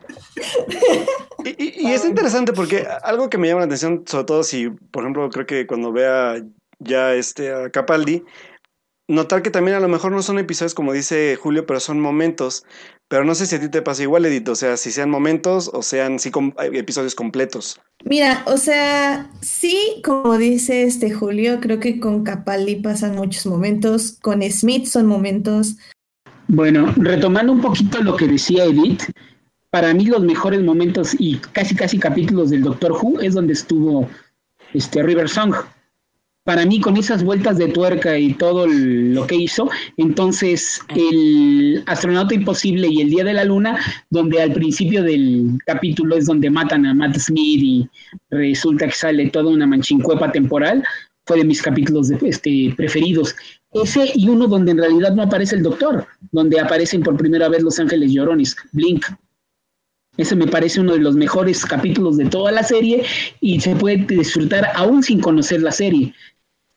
Y es interesante porque algo que me llama la atención, sobre todo si, por ejemplo, creo que cuando vea ya a Capaldi, notar que también a lo mejor no son episodios como dice Julio, pero son momentos. Pero no sé si a ti te pasa igual, Edith, o sea, si sean momentos o sean episodios completos. Mira, o sea, sí, como dice Julio, creo que con Capaldi pasan muchos momentos, con Smith son momentos. Bueno, retomando un poquito lo que decía Edith, para mí los mejores momentos y casi capítulos del Doctor Who es donde estuvo River Song. Para mí, con esas vueltas de tuerca y todo lo que hizo, entonces el astronauta imposible y el día de la luna, donde al principio del capítulo es donde matan a Matt Smith y resulta que sale toda una manchincuepa temporal, fue de mis capítulos preferidos. Ese y uno donde en realidad no aparece el doctor, donde aparecen por primera vez los ángeles llorones, Blink. Ese me parece uno de los mejores capítulos de toda la serie y se puede disfrutar aún sin conocer la serie.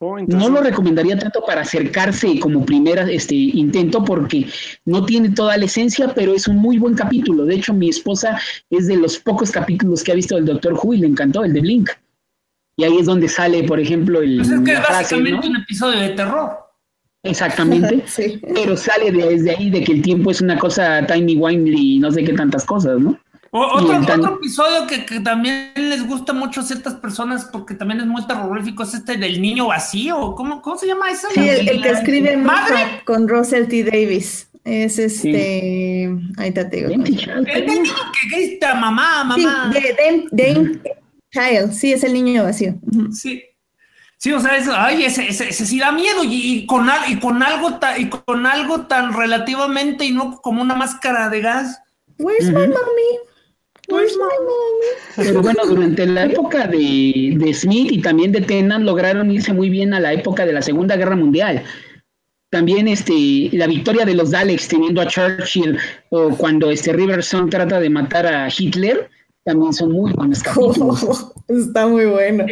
No lo recomendaría tanto para acercarse como primer intento porque no tiene toda la esencia, pero es un muy buen capítulo. De hecho, mi esposa es de los pocos capítulos que ha visto del Doctor Who y le encantó, el de Blink. Y ahí es donde sale, por ejemplo, pues es que es básicamente, ¿no?, un episodio de terror. Exactamente, sí. Pero sale desde ahí de que el tiempo es una cosa timey-wimey y no sé qué tantas cosas, ¿no? Otro episodio que también les gusta mucho a ciertas personas porque también es muy terrorífico es este del niño vacío. ¿Cómo se llama eso? Sí, el que escribe Madre con Russell T. Davis. Es sí. Ahí te digo. El del niño que está mamá. Sí, de Child. Sí, es el niño vacío. Sí. Sí, o sea, ese sí da miedo y con algo tan relativamente y no como una máscara de gas. Where's my mommy? Where's my mommy? Pero bueno, durante la época de Smith y también de Tennant lograron irse muy bien a la época de la Segunda Guerra Mundial. También la victoria de los Daleks teniendo a Churchill o cuando Riverson trata de matar a Hitler, también son muy buenos capítulos. Está muy bueno.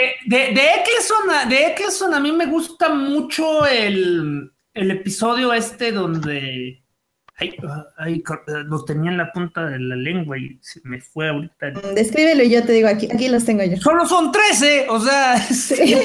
De Eccleston a mí me gusta mucho el episodio donde lo tenía en la punta de la lengua y se me fue ahorita. Descríbelo y yo te digo, aquí los tengo yo. Solo son 13, o sea. Sí.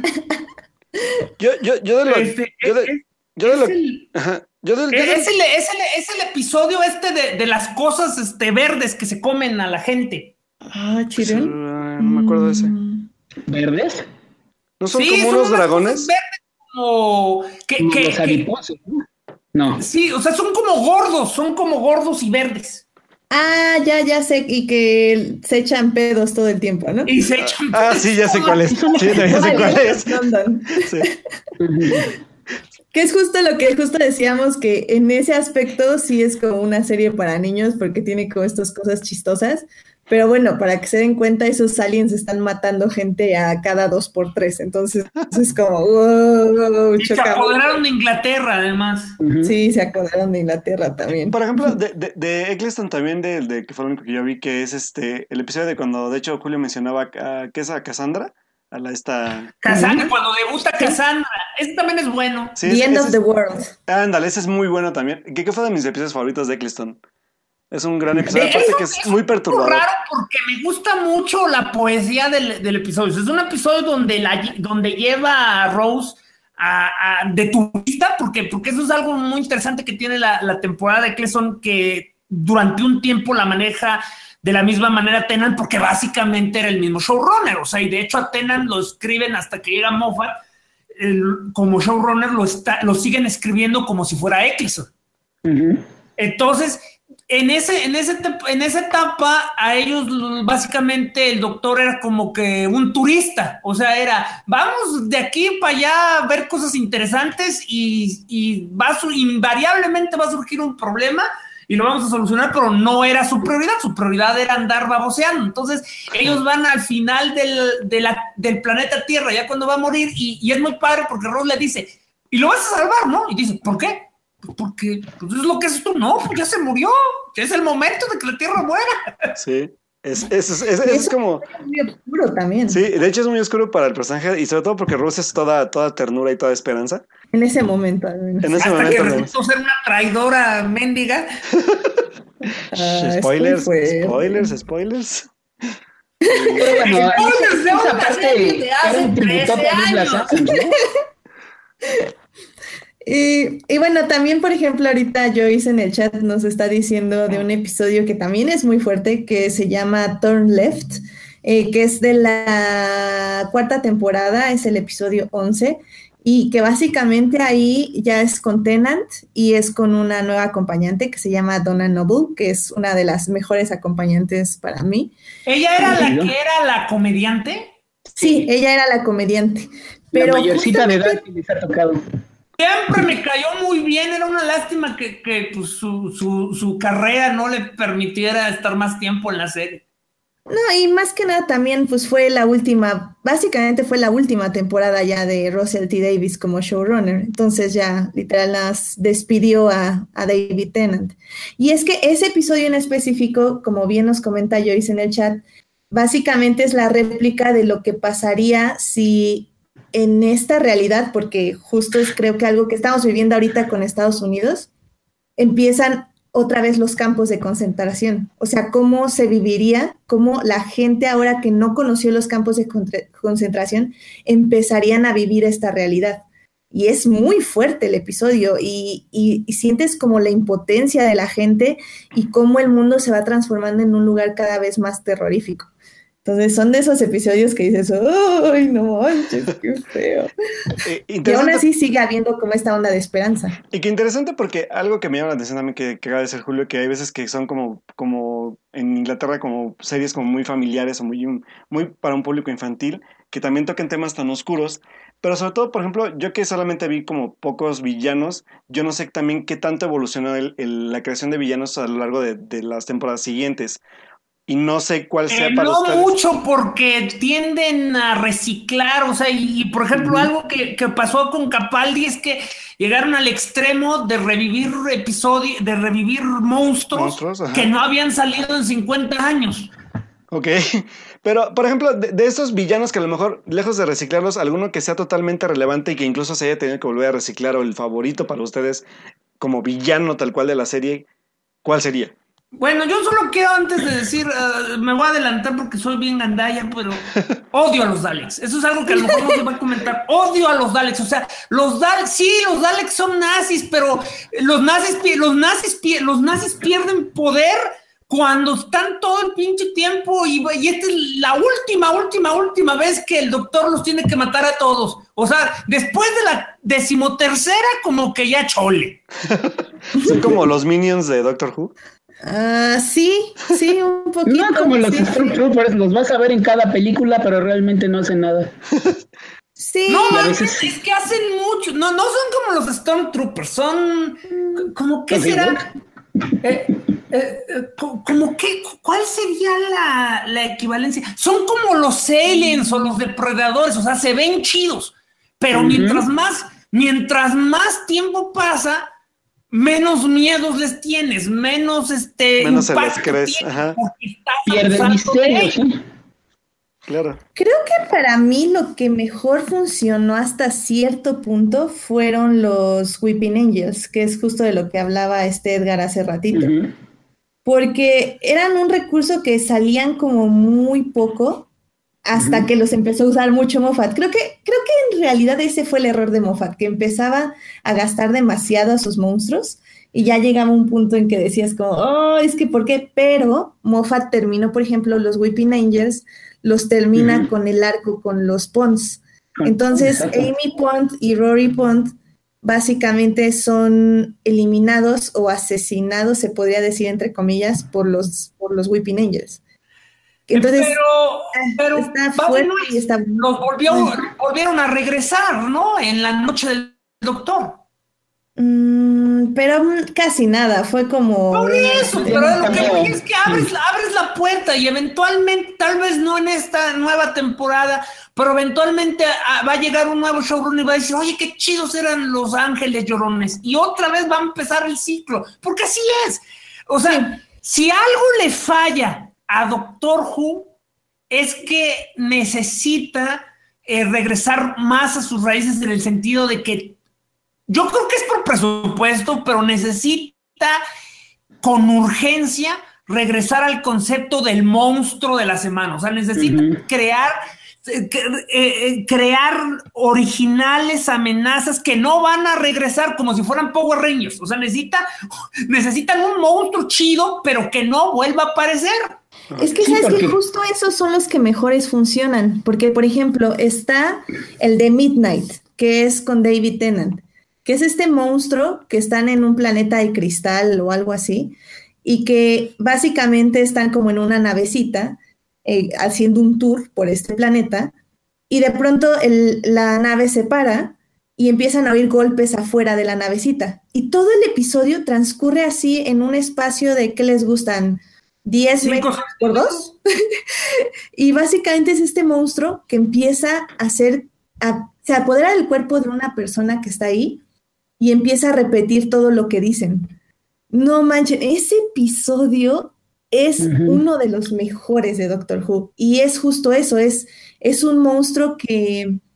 Es el episodio de las cosas verdes que se comen a la gente. Ah, Chirón. No me acuerdo de ese. ¿Verdes? ¿No son como unos dragones? Verdes como los adiposos, ¿no? No. Sí, o sea, son como gordos y verdes. Ah, ya sé, y que se echan pedos todo el tiempo, ¿no? Y se echan pedos. Sí, ya sé cuál es. Sí, ya sé cuál es. Sí. Que es justo lo que decíamos, que en ese aspecto sí es como una serie para niños porque tiene como estas cosas chistosas, pero bueno, para que se den cuenta, esos aliens están matando gente a cada 2x3, entonces es como wow, y se apoderaron de Inglaterra, además. Sí, se apoderaron de Inglaterra también. Por ejemplo, de Eccleston también, de que fue lo único que yo vi, que es el episodio de cuando, de hecho, Julio mencionaba que es a Cassandra. Cassandra, cuando debuta Cassandra, ese también es bueno. Sí, The End of the World. Ándale, ese es muy bueno también. Que fue de mis episodios favoritos de Eccleston. Es un gran episodio, aparte que es muy perturbador. Es raro porque me gusta mucho la poesía del episodio. Es un episodio donde lleva a Rose de turista, porque eso es algo muy interesante que tiene la temporada de Eccleston, que durante un tiempo la maneja de la misma manera Tennant, porque básicamente era el mismo showrunner, o sea, y de hecho a Tennant lo escriben hasta que llega Moffat, como showrunner lo siguen escribiendo como si fuera Eccleston. Entonces, en esa etapa, a ellos básicamente el doctor era como que un turista, o sea, era, vamos de aquí para allá a ver cosas interesantes y invariablemente va a surgir un problema y lo vamos a solucionar, pero no era su prioridad era andar baboseando. Entonces, ellos van al final del planeta Tierra, ya cuando va a morir, y es muy padre porque Rose le dice, y lo vas a salvar, ¿no? Y dice, ¿por qué? Pues porque pues es lo que haces tú, no, pues ya se murió, ya es el momento de que la Tierra muera. Sí, es como... Es muy oscuro también. Sí, de hecho es muy oscuro para el personaje, y sobre todo porque Rose es toda ternura y toda esperanza. En ese momento, al menos. Hasta que resultó ser una traidora mendiga. Spoilers. Spoilers de una serie de hace 13 años. Y bueno, también, por ejemplo, ahorita Joyce en el chat nos está diciendo de un episodio que también es muy fuerte, que se llama Turn Left, que es de la 4ª temporada, es el episodio 11, y que básicamente ahí ya es con Tennant y es con una nueva acompañante que se llama Donna Noble, que es una de las mejores acompañantes para mí. ¿Ella era la que era la comediante? Sí, ella era la comediante. Pero la mayorcita de edad que les ha tocado. Siempre me cayó muy bien, era una lástima que pues, su carrera no le permitiera estar más tiempo en la serie. No, y más que nada también pues básicamente fue la última temporada ya de Russell T. Davis como showrunner, entonces ya literal las despidió a David Tennant. Y es que ese episodio en específico, como bien nos comenta Joyce en el chat, básicamente es la réplica de lo que pasaría si en esta realidad, porque justo es creo que algo que estamos viviendo ahorita con Estados Unidos, empiezan otra vez los campos de concentración. O sea, cómo se viviría, cómo la gente ahora que no conoció los campos de concentración empezarían a vivir esta realidad. Y es muy fuerte el episodio y sientes como la impotencia de la gente y cómo el mundo se va transformando en un lugar cada vez más terrorífico. Entonces son de esos episodios que dices, ¡ay, no manches, qué feo! Y aún así sigue habiendo como esta onda de esperanza. Y qué interesante, porque algo que me llama la atención también que acaba de decir Julio, que hay veces que son como en Inglaterra como series como muy familiares o muy para un público infantil, que también toquen temas tan oscuros, pero sobre todo, por ejemplo, yo que solamente vi como pocos villanos, yo no sé también qué tanto evolucionó la creación de villanos a lo largo de las temporadas siguientes. Y no sé cuál sea para ustedes. No mucho, porque tienden a reciclar, o sea, y por ejemplo, algo que pasó con Capaldi es que llegaron al extremo de revivir monstruos que no habían salido en 50 años. Ok, pero por ejemplo, de esos villanos que a lo mejor, lejos de reciclarlos, alguno que sea totalmente relevante y que incluso se haya tenido que volver a reciclar, o el favorito para ustedes como villano tal cual de la serie, ¿cuál sería? Bueno, yo solo quiero antes de decir, me voy a adelantar porque soy bien gandalla, pero odio a los Daleks. Eso es algo que a lo mejor no se va a comentar. Odio a los Daleks. O sea, los Daleks son nazis, pero los nazis pierden poder cuando están todo el pinche tiempo y esta es la última vez que el doctor los tiene que matar a todos. O sea, después de la 13ª, como que ya chole. ¿Son como los Minions de Doctor Who? Sí, un poquito. No como los Stormtroopers, los vas a ver en cada película, pero realmente no hacen nada. Sí. No, veces... es que hacen mucho. No son como los Stormtroopers, son como que será. Como que, ¿cuál sería la equivalencia? Son como los aliens o los depredadores, o sea, se ven chidos, pero mientras más tiempo pasa, menos miedos les tienes, menos menos se les crees, pierde misterio, ¿sí? Claro. Creo que para mí lo que mejor funcionó hasta cierto punto fueron los Weeping Angels, que es justo de lo que hablaba Edgar hace ratito. Porque eran un recurso que salían como muy poco hasta que los empezó a usar mucho Moffat. Creo que en realidad ese fue el error de Moffat, que empezaba a gastar demasiado a sus monstruos y ya llegaba un punto en que decías como, oh, es que ¿por qué? Pero Moffat terminó, por ejemplo, los Weeping Angels, los termina con el arco, con los Ponds. Entonces, Amy Pond y Rory Pond básicamente son eliminados o asesinados, se podría decir entre comillas, por los Weeping Angels. Entonces, pero está fuerte y está... Los volvieron a regresar, ¿no? En la noche del doctor. Pero casi nada, fue como... Por eso, pero lo que voy es que abres la puerta y eventualmente, tal vez no en esta nueva temporada, pero eventualmente va a llegar un nuevo showrunner y va a decir, oye, qué chidos eran Los Ángeles Llorones. Y otra vez va a empezar el ciclo, porque así es. O sea, si algo le falla a Doctor Who, es que necesita regresar más a sus raíces, en el sentido de que yo creo que es por presupuesto, pero necesita con urgencia regresar al concepto del monstruo de la semana. O sea, necesita crear originales amenazas que no van a regresar como si fueran Power Rangers. O sea, necesitan un monstruo chido, pero que no vuelva a aparecer. Es que sabes que justo esos son los que mejores funcionan. Porque, por ejemplo, está el de Midnight, que es con David Tennant, que es este monstruo que están en un planeta de cristal o algo así, y que básicamente están como en una navecita haciendo un tour por este planeta, y de pronto la nave se para y empiezan a oír golpes afuera de la navecita. Y todo el episodio transcurre así en un espacio de, ¿qué les gustan? 10 metros por 2. Y básicamente es este monstruo que empieza se apodera del cuerpo de una persona que está ahí y empieza a repetir todo lo que dicen. No manchen, ese episodio es uno de los mejores de Doctor Who. Y es justo eso, es un monstruo que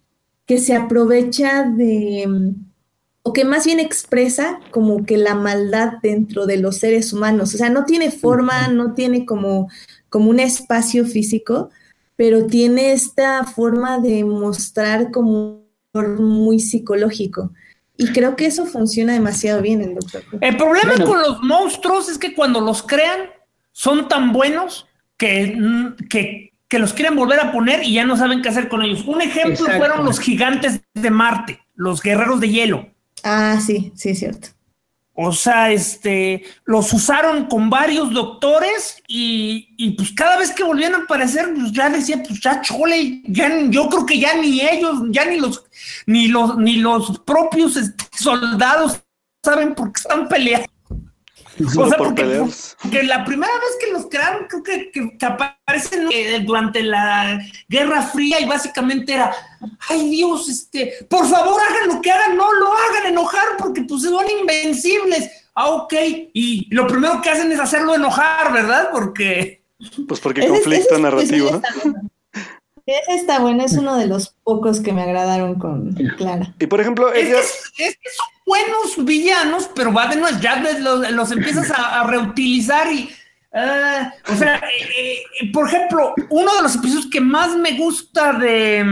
que se aprovecha o que más bien expresa como que la maldad dentro de los seres humanos. O sea, no tiene forma, no tiene como un espacio físico, pero tiene esta forma de mostrar como muy psicológico. Y creo que eso funciona demasiado bien en Doctor Who. El problema con los monstruos es que cuando los crean son tan buenos que los quieren volver a poner y ya no saben qué hacer con ellos. Un ejemplo fueron los gigantes de Marte, los guerreros de hielo. Ah, sí, es cierto. O sea, los usaron con varios doctores y pues cada vez que volvían a aparecer, pues ya decía, pues ya chole, yo creo que ya ni ellos, ya ni los propios soldados saben por qué están peleando. O sea, porque la primera vez que los crearon, creo que aparecen durante la Guerra Fría y básicamente era, ay Dios, por favor hagan lo que hagan, no lo hagan enojar porque pues son invencibles. Ah, ok. Y lo primero que hacen es hacerlo enojar, ¿verdad? Porque conflicto narrativo. Ese está bueno, es uno de los pocos que me agradaron con Clara. Y por ejemplo, es que son buenos villanos, pero ya los empiezas a reutilizar y o sea, por ejemplo, uno de los episodios que más me gusta de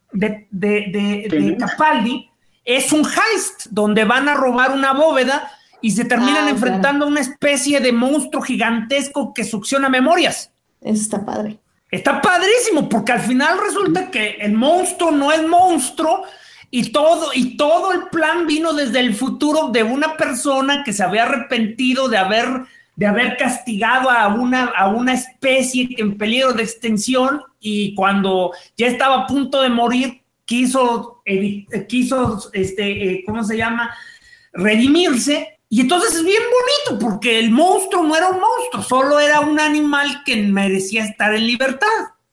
Capaldi es un heist donde van a robar una bóveda y se terminan enfrentando a una especie de monstruo gigantesco que succiona memorias. Eso está padre. Está padrísimo, porque al final resulta que el monstruo no es monstruo y todo el plan vino desde el futuro de una persona que se había arrepentido de haber castigado a una especie en peligro de extinción y cuando ya estaba a punto de morir quiso ¿cómo se llama? Redimirse. Y entonces es bien bonito porque el monstruo no era un monstruo, solo era un animal que merecía estar en libertad.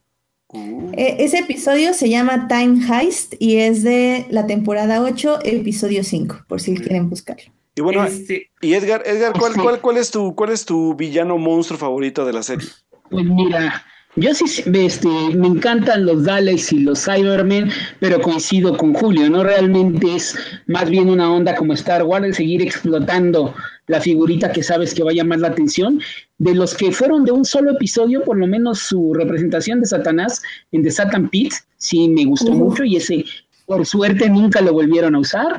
Ese episodio se llama Time Heist y es de la temporada 8, episodio 5, por si quieren buscarlo. Y bueno, y Edgar, ¿cuál es tu villano monstruo favorito de la serie? Pues mira, yo sí, me encantan los Daleks y los Cybermen, pero coincido con Julio, ¿no? Realmente es más bien una onda como Star Wars, de seguir explotando la figurita que sabes que va a llamar la atención. De los que fueron de un solo episodio, por lo menos su representación de Satanás en The Satan Pit, sí me gustó mucho y ese, por suerte, nunca lo volvieron a usar.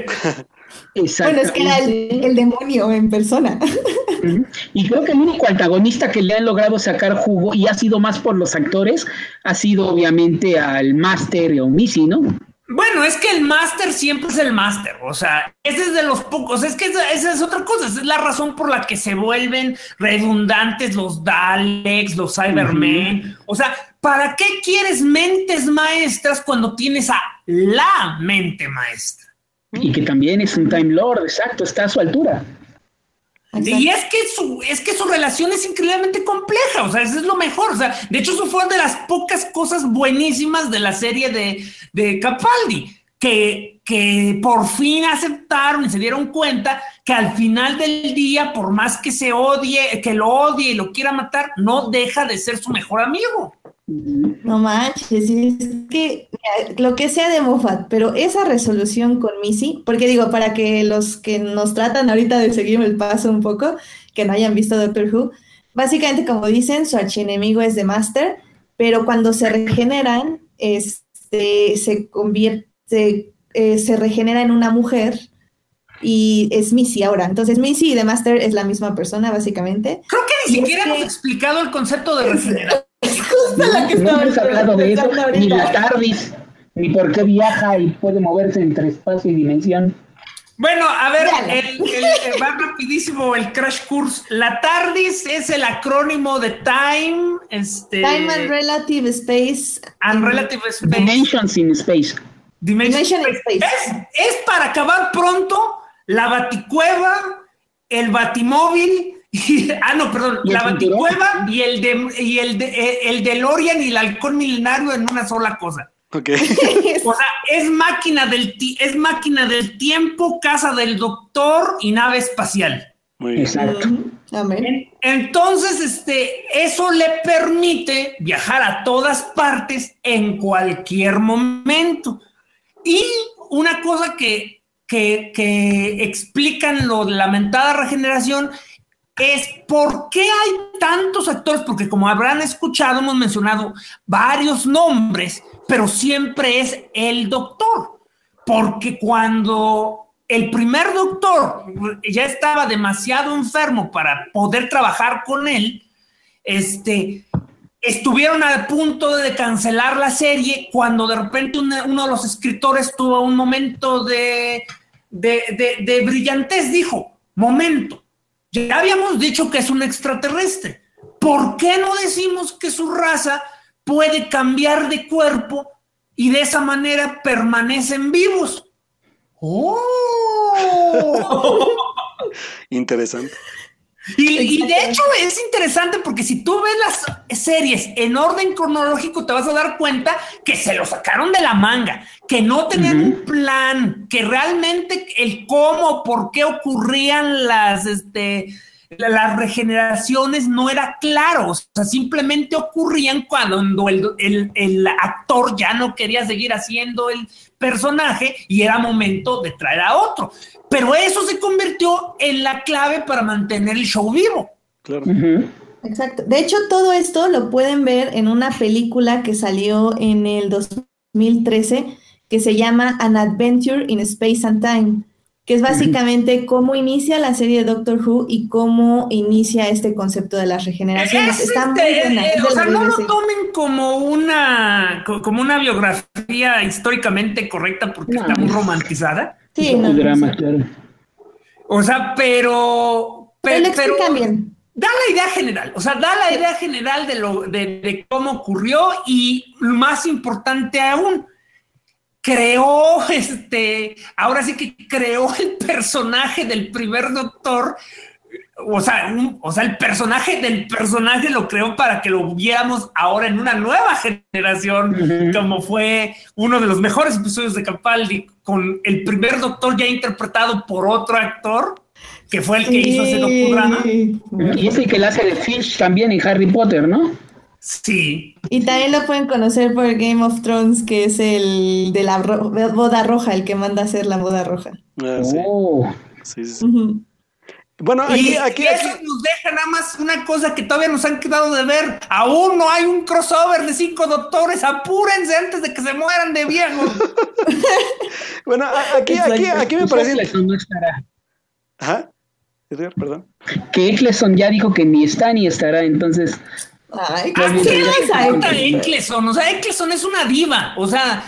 Bueno, es que era el demonio en persona. Y creo que el único antagonista que le han logrado sacar jugo, y ha sido más por los actores, ha sido obviamente al Master o Missy, ¿no? Bueno, es que el Master siempre es el Master, o sea, ese es de los pocos, es que esa es otra cosa, esa es la razón por la que se vuelven redundantes los Daleks, los Cybermen, o sea, ¿para qué quieres mentes maestras cuando tienes a la mente maestra? Y que también es un Time Lord, exacto, está a su altura. Exacto. Y es que su relación es increíblemente compleja, o sea, eso es lo mejor, o sea, de hecho eso fue de las pocas cosas buenísimas de la serie de Capaldi, que por fin aceptaron y se dieron cuenta que al final del día, por más que que lo odie y lo quiera matar, no deja de ser su mejor amigo. No manches, es que lo que sea de Moffat, pero esa resolución con Missy, porque digo, para que los que nos tratan ahorita de seguirme el paso un poco, que no hayan visto Doctor Who, básicamente como dicen, su archienemigo es The Master, pero cuando se regeneran, se regenera en una mujer y es Missy ahora. Entonces Missy y The Master es la misma persona, básicamente. Creo que ni siquiera hemos explicado el concepto de regeneración. Es justo la que no hemos hablado de eso, ahorita. ni la TARDIS, ni por qué viaja y puede moverse entre espacio y dimensión. Bueno, a ver, va rapidísimo el crash course. La TARDIS es el acrónimo de Time, Time and Relative Space. And Relative Space. Dimensions in Space. Dimension Space. Es para acabar pronto la Baticueva, el Batimóvil. La Baticueva y el DeLorean y el halcón milenario en una sola cosa. Okay. O sea, es máquina del tiempo, casa del doctor y nave espacial. Muy bien. Exacto. Amén. Entonces, eso le permite viajar a todas partes en cualquier momento. Y una cosa que explican lo de la lamentada regeneración es por qué hay tantos actores, porque como habrán escuchado, hemos mencionado varios nombres, pero siempre es el doctor, porque cuando el primer doctor ya estaba demasiado enfermo para poder trabajar con él, estuvieron a punto de cancelar la serie cuando de repente uno de los escritores tuvo un momento de brillantez, dijo, momento, ya habíamos dicho que es un extraterrestre. ¿Por qué no decimos que su raza puede cambiar de cuerpo y de esa manera permanecen vivos? ¡Oh! Interesante. Y de hecho es interesante porque si tú ves las series en orden cronológico te vas a dar cuenta que se lo sacaron de la manga, que no tenían un plan, que realmente el cómo, por qué ocurrían las regeneraciones no era claro, o sea, simplemente ocurrían cuando el actor ya no quería seguir haciendo el personaje y era momento de traer a otro. Pero eso se convirtió en la clave para mantener el show vivo. Claro. Exacto. De hecho, todo esto lo pueden ver en una película que salió en el 2013 que se llama An Adventure in Space and Time, que es básicamente cómo inicia la serie de Doctor Who y cómo inicia este concepto de las regeneraciones. Está muy buena. O sea, no lo tomen como una biografía históricamente correcta porque está muy romantizada. Sí, no, drama, claro. O sea, pero lo explican bien. Da la idea general, o sea, da la idea general de cómo ocurrió y más importante aún, creó ahora sí que creó el personaje del primer doctor, o sea, el personaje del personaje lo creó para que lo viéramos ahora en una nueva generación, como fue uno de los mejores episodios de Capaldi, con el primer doctor ya interpretado por otro actor, que fue el que hizo ese docudrama. Y es el que le hace de Filch también en Harry Potter, ¿no? Sí. Y también lo pueden conocer por Game of Thrones, que es el de la boda roja, el que manda a hacer la boda roja. Sí. Sí. Bueno, aquí eso nos deja nada más una cosa que todavía nos han quedado de ver. Aún no hay un crossover de 5 doctores. Apúrense antes de que se mueran de viejos. Bueno, aquí me parece... Eccleston no estará. Ajá. Perdón. Que Eccleston ya dijo que ni está ni estará, entonces... Ay, ¿qué le importa Eccleston? O sea, Eccleston es una diva. O sea,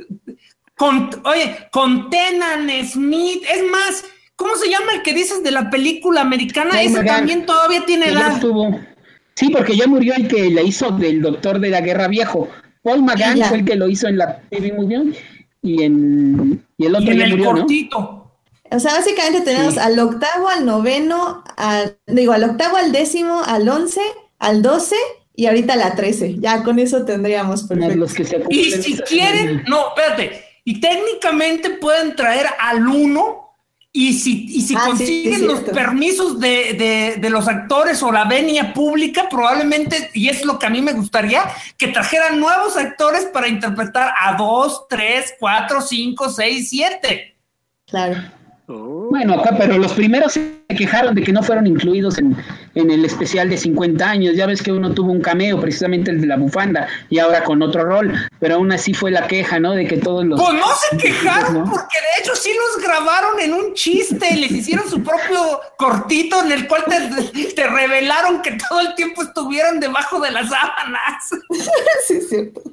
con Tennant, Smith, es más... ¿Cómo se llama el que dices de la película americana? Paul Ese McGann, también todavía tiene edad. Sí, porque ya murió el que la hizo del Doctor de la Guerra Viejo. Paul McGann fue el que lo hizo en la TV Movie y el otro ya murió, cortito. ¿no? O sea, básicamente tenemos al octavo, al noveno, al octavo, al décimo, al 11, al 12 y ahorita la 13. Ya con eso tendríamos perfecto. Los que se y si quieren, no, espérate. Y técnicamente pueden traer al 1. Y si consiguen los permisos de los actores o la venia pública, probablemente, y es lo que a mí me gustaría, que trajeran nuevos actores para interpretar a 2, 3, 4, 5, 6, 7. Claro. Bueno, acá, pero los primeros se quejaron de que no fueron incluidos en el especial de 50 años. Ya ves que uno tuvo un cameo, precisamente el de la bufanda, y ahora con otro rol, pero aún así fue la queja, ¿no? De que todos los... Pues no se quejaron, ¿no? Porque de hecho sí los grabaron en un chiste, les hicieron su propio cortito en el cual te revelaron que todo el tiempo estuvieron debajo de las sábanas. Sí, es cierto.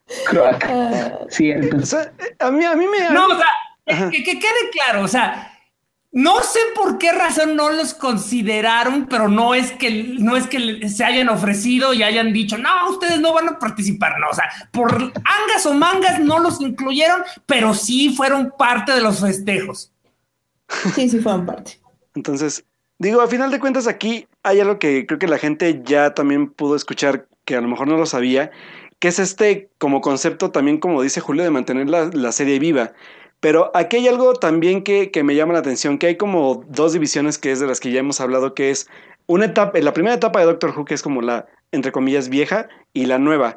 Cierto. O sea, a mí me... No, o sea, que quede claro, o sea... No sé por qué razón no los consideraron, pero no es que se hayan ofrecido y hayan dicho, no, ustedes no van a participar, no, o sea, por angas o mangas no los incluyeron, pero sí fueron parte de los festejos. Sí, fueron parte. Entonces, digo, a final de cuentas aquí hay algo que creo que la gente ya también pudo escuchar, que a lo mejor no lo sabía, que es como concepto también, como dice Julio, de mantener la serie viva. Pero aquí hay algo también que me llama la atención, que hay como 2 divisiones que es de las que ya hemos hablado, que es una etapa, la primera etapa de Doctor Who, que es como la, entre comillas, vieja, y la nueva.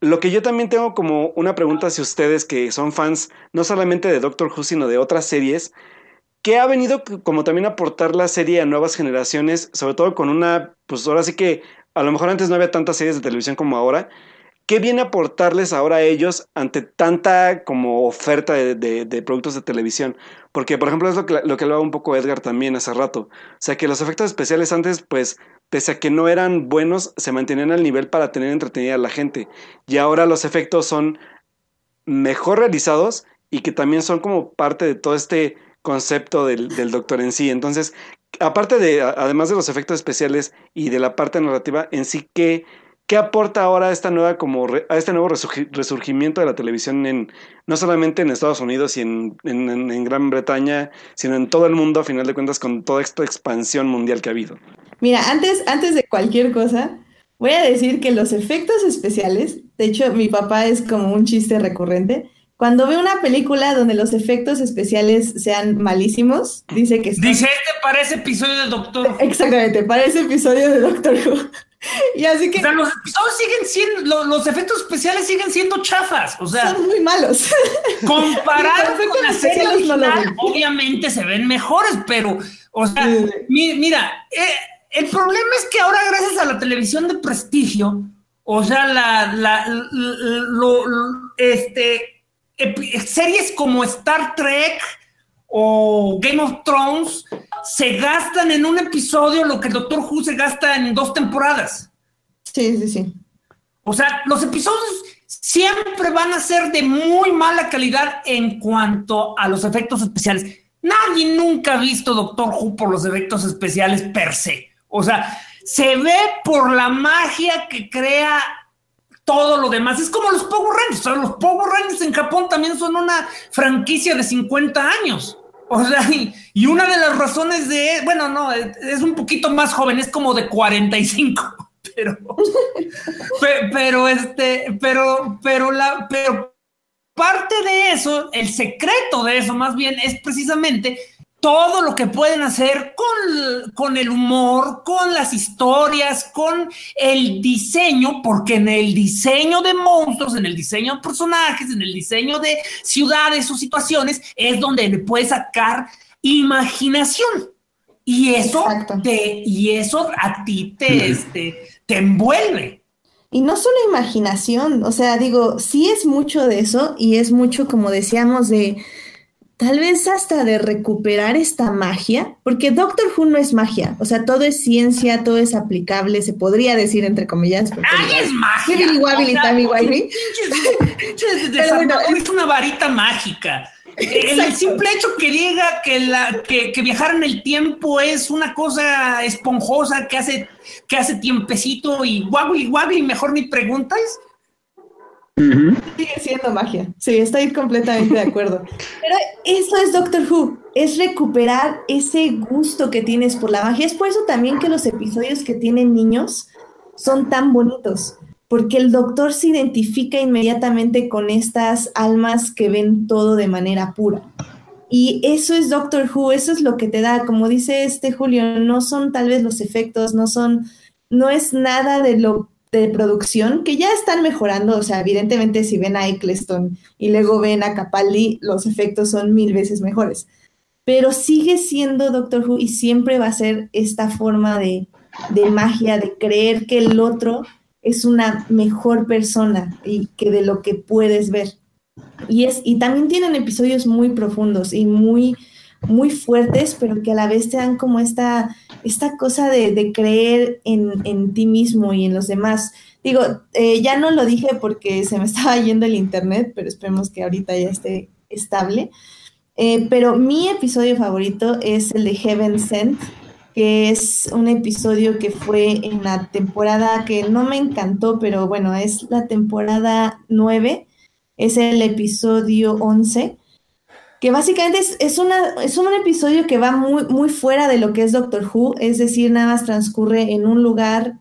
lo que yo también tengo como una pregunta hacia ustedes que son fans no solamente de Doctor Who, sino de otras series, ¿qué ha venido como también aportar la serie a nuevas generaciones? Sobre todo con una, pues ahora sí que a lo mejor antes no había tantas series de televisión como ahora. ¿Qué viene a aportarles ahora a ellos ante tanta como oferta de productos de televisión? Porque, por ejemplo, es lo que hablaba un poco Edgar también hace rato. O sea, que los efectos especiales antes, pues, pese a que no eran buenos, se mantenían al nivel para tener entretenida a la gente. Y ahora los efectos son mejor realizados y que también son como parte de todo este concepto del Doctor en sí. Entonces, aparte además de los efectos especiales y de la parte narrativa en sí, ¿qué aporta ahora a esta nueva a este nuevo resurgimiento de la televisión no solamente en Estados Unidos y en Gran Bretaña, sino en todo el mundo, a final de cuentas, con toda esta expansión mundial que ha habido? Mira, antes de cualquier cosa, voy a decir que los efectos especiales, de hecho, mi papá es como un chiste recurrente. Cuando ve una película donde los efectos especiales sean malísimos, dice que Dice, parece episodio de Doctor Who. Exactamente, parece episodio de Doctor Who. Y así que... O sea, los episodios siguen siendo, los efectos especiales sigien siendo chafas, o sea... Son muy malos. Comparado con la serie original, obviamente se ven mejores, pero, o sea, mira, el problema es que ahora gracias a la televisión de prestigio, o sea, series como Star Trek o Game of Thrones se gastan en un episodio lo que el Doctor Who se gasta en 2 temporadas. Sí. O sea, los episodios siempre van a ser de muy mala calidad en cuanto a los efectos especiales. Nadie nunca ha visto Doctor Who por los efectos especiales per se. O sea, se ve por la magia que crea todo lo demás. Es como los Power Rangers. O sea, los Power Rangers en Japón también son una franquicia de 50 años. O sea, y una de las razones bueno, no, es un poquito más joven, es como de 45, pero parte de eso, el secreto de eso más bien es precisamente todo lo que pueden hacer con el humor, con las historias, con el diseño, porque en el diseño de monstruos, en el diseño de personajes, en el diseño de ciudades o situaciones, es donde le puedes sacar imaginación. Y eso a ti te envuelve. Y no solo imaginación, o sea, digo, sí es mucho de eso y es mucho, como decíamos, de... Tal vez hasta de recuperar esta magia, porque Doctor Who no es magia, o sea, todo es ciencia, todo es aplicable, se podría decir entre comillas. ¡Ay, es magia! Es una varita mágica. El simple hecho que diga que viajar en el tiempo es una cosa esponjosa que hace tiempecito y guagui, mejor ni preguntas. Sigue siendo magia. Sí, estoy completamente de acuerdo. Pero eso es Doctor Who, es recuperar ese gusto que tienes por la magia. Es por eso también que los episodios que tienen niños son tan bonitos, porque el doctor se identifica inmediatamente con estas almas que ven todo de manera pura. Y eso es Doctor Who, eso es lo que te da, como dice Julio, no son tal vez los efectos, no es nada de producción, que ya están mejorando, o sea, evidentemente si ven a Eccleston y luego ven a Capaldi, los efectos son 1000 veces mejores, pero sigue siendo Doctor Who y siempre va a ser esta forma de magia, de creer que el otro es una mejor persona y que de lo que puedes ver. Y también tienen episodios muy profundos y muy, muy fuertes, pero que a la vez te dan como esta cosa de creer en ti mismo y en los demás. Digo, ya no lo dije porque se me estaba yendo el internet, pero esperemos que ahorita ya esté estable. Pero mi episodio favorito es el de Heaven Sent, que es un episodio que fue en la temporada que no me encantó, pero bueno, es la temporada 9, es el episodio 11, que básicamente es un episodio que va muy, muy fuera de lo que es Doctor Who, es decir, nada más transcurre en un lugar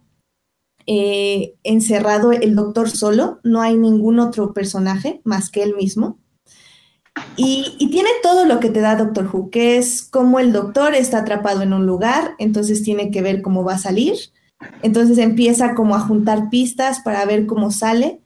encerrado el doctor solo, no hay ningún otro personaje más que él mismo. Y tiene todo lo que te da Doctor Who, que es como el doctor está atrapado en un lugar, entonces tiene que ver cómo va a salir, entonces empieza como a juntar pistas para ver cómo sale,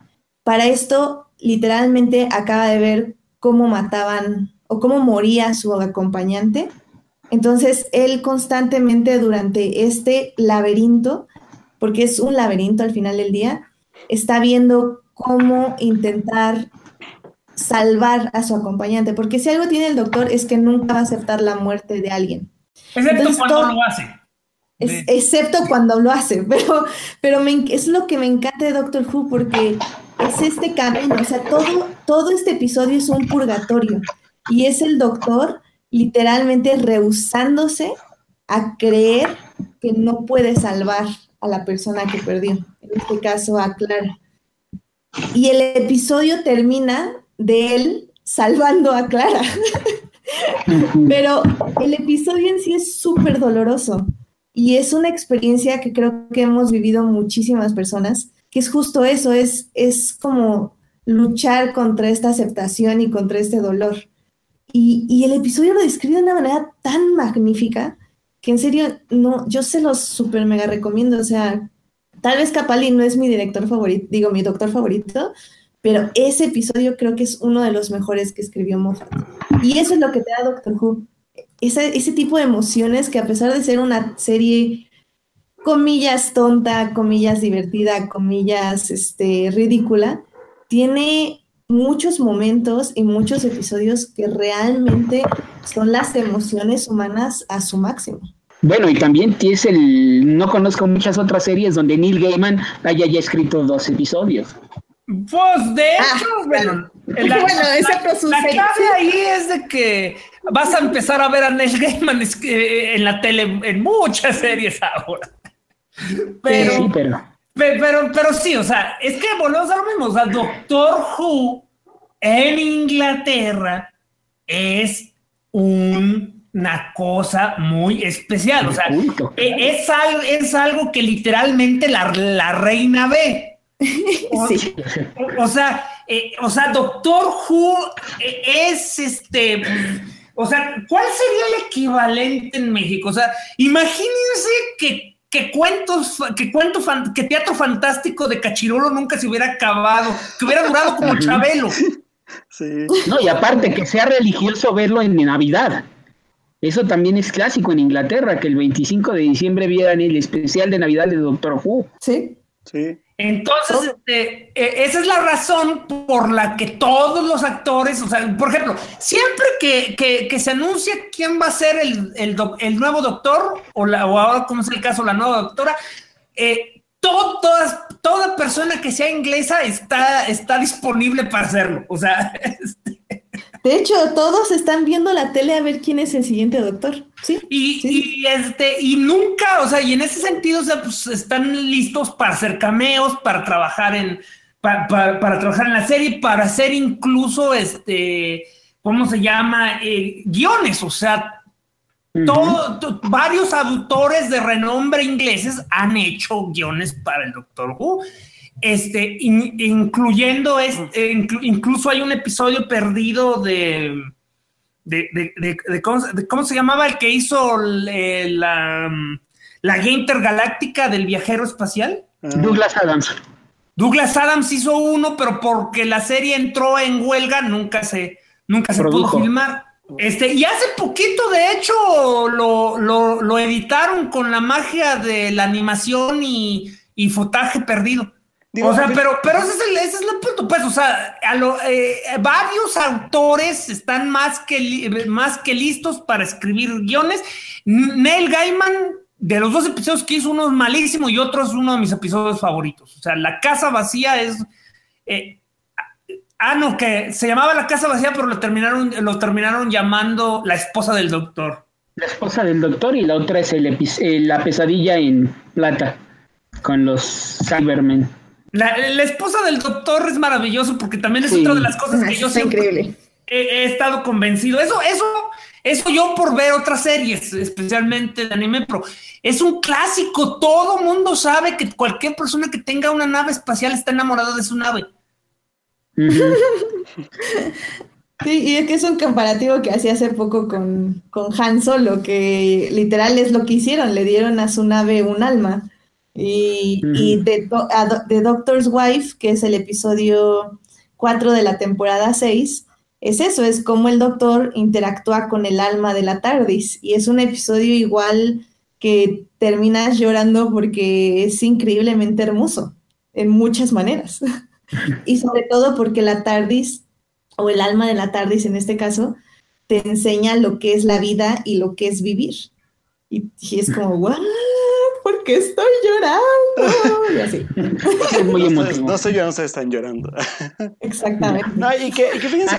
para esto, literalmente acaba de ver cómo mataban o cómo moría su acompañante. Entonces, él constantemente durante este laberinto, porque es un laberinto al final del día, está viendo cómo intentar salvar a su acompañante, porque si algo tiene el doctor es que nunca va a aceptar la muerte de alguien. Excepto entonces, cuando lo hace. Excepto cuando lo hace, pero es lo que me encanta de Doctor Who, porque es este camino, o sea, todo este episodio es un purgatorio, y es el doctor literalmente rehusándose a creer que no puede salvar a la persona que perdió, en este caso a Clara. Y el episodio termina de él salvando a Clara. Pero el episodio en sí es súper doloroso y es una experiencia que creo que hemos vivido muchísimas personas, que es justo eso, es como luchar contra esta aceptación y contra este dolor. Y el episodio lo describe de una manera tan magnífica que en serio, no, yo se los súper mega recomiendo. O sea, tal vez Capaldi no es mi director favorito, digo, mi doctor favorito, pero ese episodio creo que es uno de los mejores que escribió Moffat. Y eso es lo que te da Doctor Who. Ese tipo de emociones que, a pesar de ser una serie, comillas, tonta, comillas, divertida, comillas, ridícula, tiene muchos momentos y muchos episodios que realmente son las emociones humanas a su máximo. Bueno, y también tienes no conozco muchas otras series donde Neil Gaiman haya ya escrito 2 episodios. Pues de hecho, bueno, la clave ahí es de que vas a empezar a ver a Neil Gaiman en la tele en muchas series ahora. Pero sí, o sea, es que volvemos a lo mismo. O sea, Doctor Who en Inglaterra es una cosa muy especial. O sea, es algo que literalmente la reina ve. Sí. O sea, Doctor Who es o sea, ¿cuál sería el equivalente en México? O sea, imagínense que Teatro Fantástico de Cachirolo nunca se hubiera acabado, que hubiera durado como Chabelo. Sí. No, y aparte que sea religioso verlo en Navidad. Eso también es clásico en Inglaterra, que el 25 de diciembre vieran el especial de Navidad de Doctor Who. Sí. Sí. Entonces, esa es la razón por la que todos los actores, o sea, por ejemplo, siempre que se anuncia quién va a ser el nuevo doctor, o ahora, como es el caso, la nueva doctora, toda persona que sea inglesa está disponible para hacerlo. O sea, de hecho, todos están viendo la tele a ver quién es el siguiente doctor. Sí. Y nunca, o sea, y en ese sentido, o sea, pues están listos para hacer cameos, para trabajar para trabajar en la serie, para hacer incluso ¿cómo se llama? Guiones. O sea, varios autores de renombre ingleses han hecho guiones para el Doctor Who. Incluyendo incluso hay un episodio perdido de ¿cómo se llamaba el que hizo la guía intergaláctica del viajero espacial? Douglas Adams. Douglas Adams hizo uno, pero porque la serie entró en huelga, nunca se pudo filmar. Y hace poquito, de hecho, lo editaron con la magia de la animación y fotaje perdido. O sea, pero ese es el punto, pues. O sea, varios autores están más que listos para escribir guiones. Neil Gaiman, de los 2 episodios que hizo, uno es malísimo y otro es uno de mis episodios favoritos. O sea, La Casa Vacía es... que se llamaba La Casa Vacía, pero lo terminaron llamando La Esposa del Doctor. La Esposa del Doctor, y la otra es La Pesadilla en Plata, con los Cybermen. La Esposa del Doctor es maravilloso porque también es otra de las cosas que yo siempre he estado convencido. Eso yo por ver otras series, especialmente de anime, pero es un clásico. Todo mundo sabe que cualquier persona que tenga una nave espacial está enamorada de su nave. Sí, y es que es un comparativo que hacía hace poco con Han Solo, que literal es lo que hicieron, le dieron a su nave un alma. Y The Doctor's Wife, que es el episodio 4 de la temporada 6, es eso, es cómo el Doctor interactúa con el alma de la TARDIS. Y es un episodio igual que terminas llorando porque es increíblemente hermoso, en muchas maneras. Y sobre todo porque la TARDIS, o el alma de la TARDIS en este caso, te enseña lo que es la vida y lo que es vivir. Y es como, ¿what? ¿Por qué estoy llorando? Y así. Es muy emotivo. No estoy llorando, ustedes están llorando. Exactamente. No, y que fíjense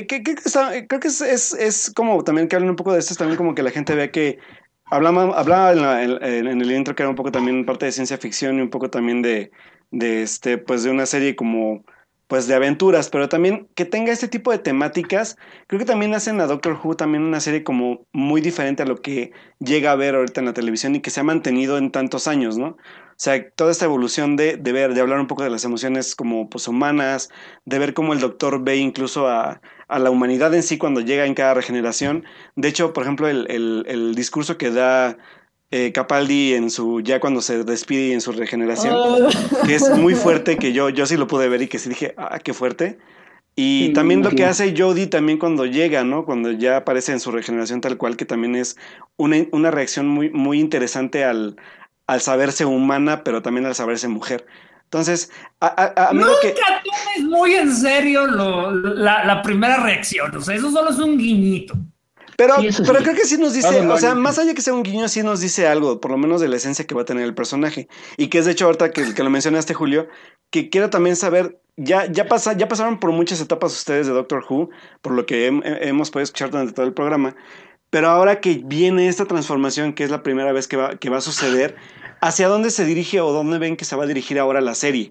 creo que es como también que hablan un poco de esto, es también como que la gente vea que hablaba en el intro que era un poco también parte de ciencia ficción y un poco también de pues de una serie como pues de aventuras, pero también que tenga este tipo de temáticas, creo que también hacen a Doctor Who también una serie como muy diferente a lo que llega a ver ahorita en la televisión y que se ha mantenido en tantos años, ¿no? O sea, toda esta evolución de hablar un poco de las emociones como pues humanas, de ver cómo el Doctor ve incluso a la humanidad en sí cuando llega en cada regeneración. De hecho, por ejemplo, el discurso que da Capaldi ya cuando se despide en su regeneración, que es muy fuerte, que yo sí lo pude ver y que sí dije, qué fuerte. Y también lo que hace Jodie también cuando llega, ¿no? Cuando ya aparece en su regeneración tal cual, que también es una reacción muy, muy interesante al saberse humana, pero también al saberse mujer. Entonces, a mí nunca tomes muy en serio la primera reacción, o sea, eso solo es un guiñito. Pero creo que sí nos dice, o sea, más allá que sea un guiño, sí nos dice algo, por lo menos de la esencia que va a tener el personaje. Y que es de hecho ahorita que lo mencionaste, Julio, que quiero también saber, ya pasaron por muchas etapas ustedes de Doctor Who, por lo que hemos podido escuchar durante todo el programa, pero ahora que viene esta transformación, que es la primera vez que va a suceder, ¿hacia dónde se dirige o dónde ven que se va a dirigir ahora la serie?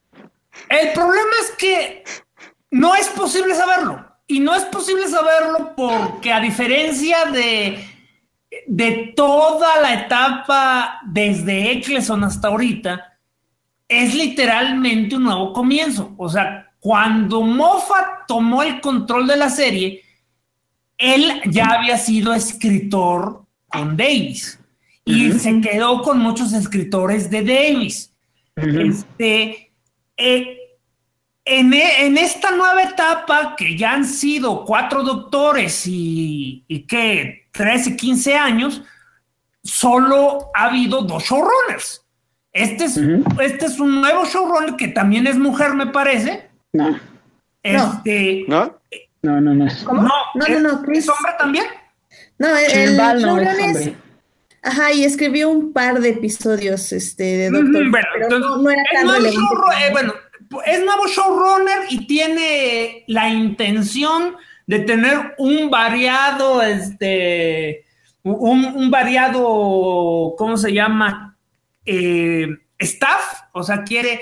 El problema es que no es posible saberlo. Y no es posible saberlo porque a diferencia de toda la etapa desde Eccleston hasta ahorita, es literalmente un nuevo comienzo. O sea, cuando Moffat tomó el control de la serie, él ya había sido escritor con Davis y se quedó con muchos escritores de Davis. En esta nueva etapa, que ya han sido 4 doctores y 13, 15 años, solo ha habido 2 showrunners. Este es un nuevo showrunner que también es mujer, me parece. No. No. ¿Cómo? No, Chris. ¿Es hombre también? No, el showrunner es... Ajá, y escribió un par de episodios de Doctor Who, pero no era tan relevante. Es nuevo showrunner y tiene la intención de tener un variado, ¿cómo se llama? Staff, o sea, quiere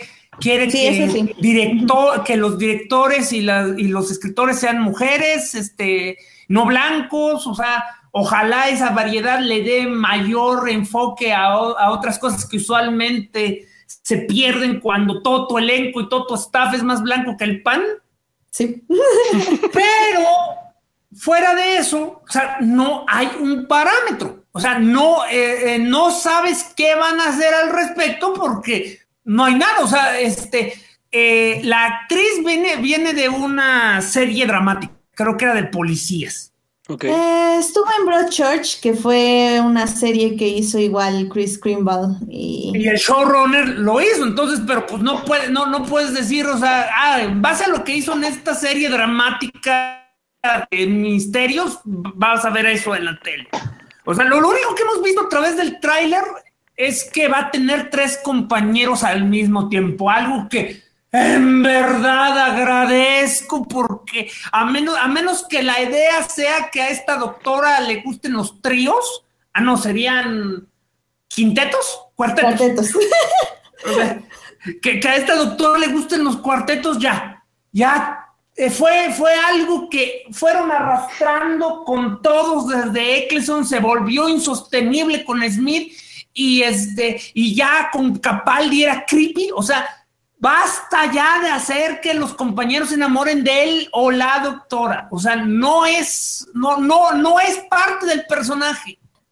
que los directores y los escritores sean mujeres, no blancos, o sea, ojalá esa variedad le dé mayor enfoque a otras cosas que usualmente se pierden cuando todo tu elenco y todo tu staff es más blanco que el pan. Sí. Pero fuera de eso, o sea, no hay un parámetro. O sea, no sabes qué van a hacer al respecto porque no hay nada. O sea, la actriz viene de una serie dramática, creo que era de policías. Okay. Estuvo en Broadchurch, que fue una serie que hizo igual Chris Kimball. Y el showrunner lo hizo, entonces, pero pues no puedes decir, o sea, en base a lo que hizo en esta serie dramática de misterios, vas a ver eso en la tele. O sea, lo único que hemos visto a través del tráiler es que va a tener 3 compañeros al mismo tiempo, algo que en verdad agradezco porque a menos que la idea sea que a esta doctora le gusten los tríos, serían quintetos, cuartetos. O sea, que a esta doctora le gusten los cuartetos ya fue algo que fueron arrastrando con todos desde Eccleston, se volvió insostenible con Smith y ya con Capaldi era creepy, o sea, basta ya de hacer que los compañeros se enamoren de él o la doctora. O sea, no es parte del personaje.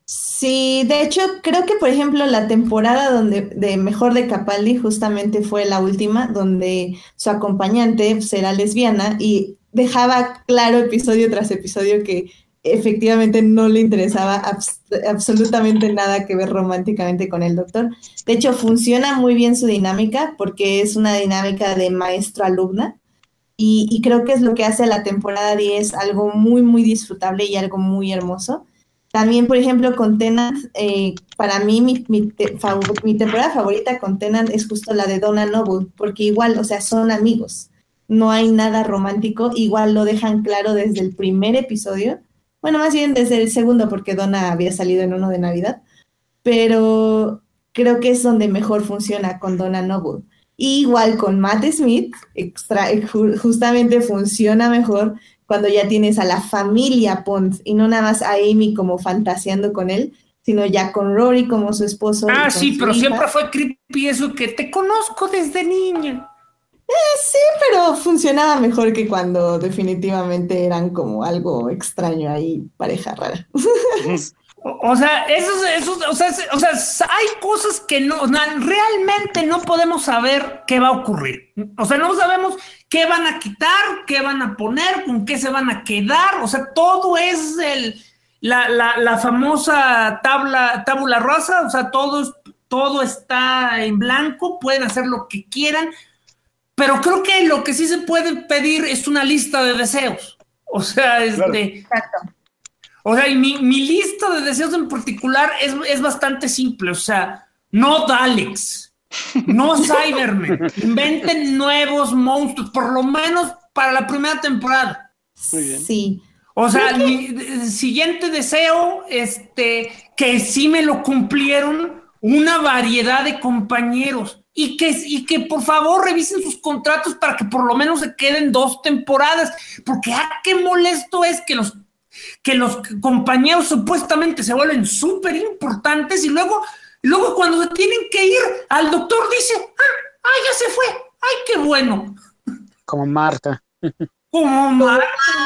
Sí, de hecho, creo que, por ejemplo, la temporada de Mejor de Capaldi justamente fue la última, donde su acompañante pues, era lesbiana y dejaba claro episodio tras episodio que efectivamente no le interesaba absolutamente nada que ver románticamente con el doctor. De hecho, funciona muy bien su dinámica porque es una dinámica de maestro-alumna y creo que es lo que hace a la temporada 10 algo muy, muy disfrutable y algo muy hermoso. También, por ejemplo, con Tennant, para mí mi temporada favorita con Tennant es justo la de Donna Noble, porque igual, o sea, son amigos, no hay nada romántico, igual lo dejan claro desde el primer episodio, bueno, más bien desde el segundo, porque Donna había salido en uno de Navidad, pero creo que es donde mejor funciona con Donna Noble. Y igual con Matt Smith, justamente funciona mejor cuando ya tienes a la familia Pond y no nada más a Amy como fantaseando con él, sino ya con Rory como su esposo. Ah, y con sí, su pero hija. siempre fue creepy eso que te conozco desde niña. Sí, pero funcionaba mejor que cuando definitivamente eran como algo extraño ahí, pareja rara. O sea, hay cosas que no, o sea, realmente no podemos saber qué va a ocurrir. O sea, no sabemos qué van a quitar, qué van a poner, con qué se van a quedar. O sea, todo es la famosa tabula rasa. O sea, todo está en blanco, pueden hacer lo que quieran. Pero creo que lo que sí se puede pedir es una lista de deseos. O sea, Claro. Exacto. O sea, y mi lista de deseos en particular es bastante simple. O sea, no Daleks, no Cybermen, inventen nuevos monstruos, por lo menos para la primera temporada. Muy bien. Sí. O sea, mi siguiente deseo, que sí me lo cumplieron, una variedad de compañeros. Y que por favor revisen sus contratos para que por lo menos se queden 2 temporadas. Porque qué molesto es que los compañeros supuestamente se vuelven súper importantes y luego cuando se tienen que ir, al doctor dice, ya se fue, ay, qué bueno. Como Marta. Como Marta.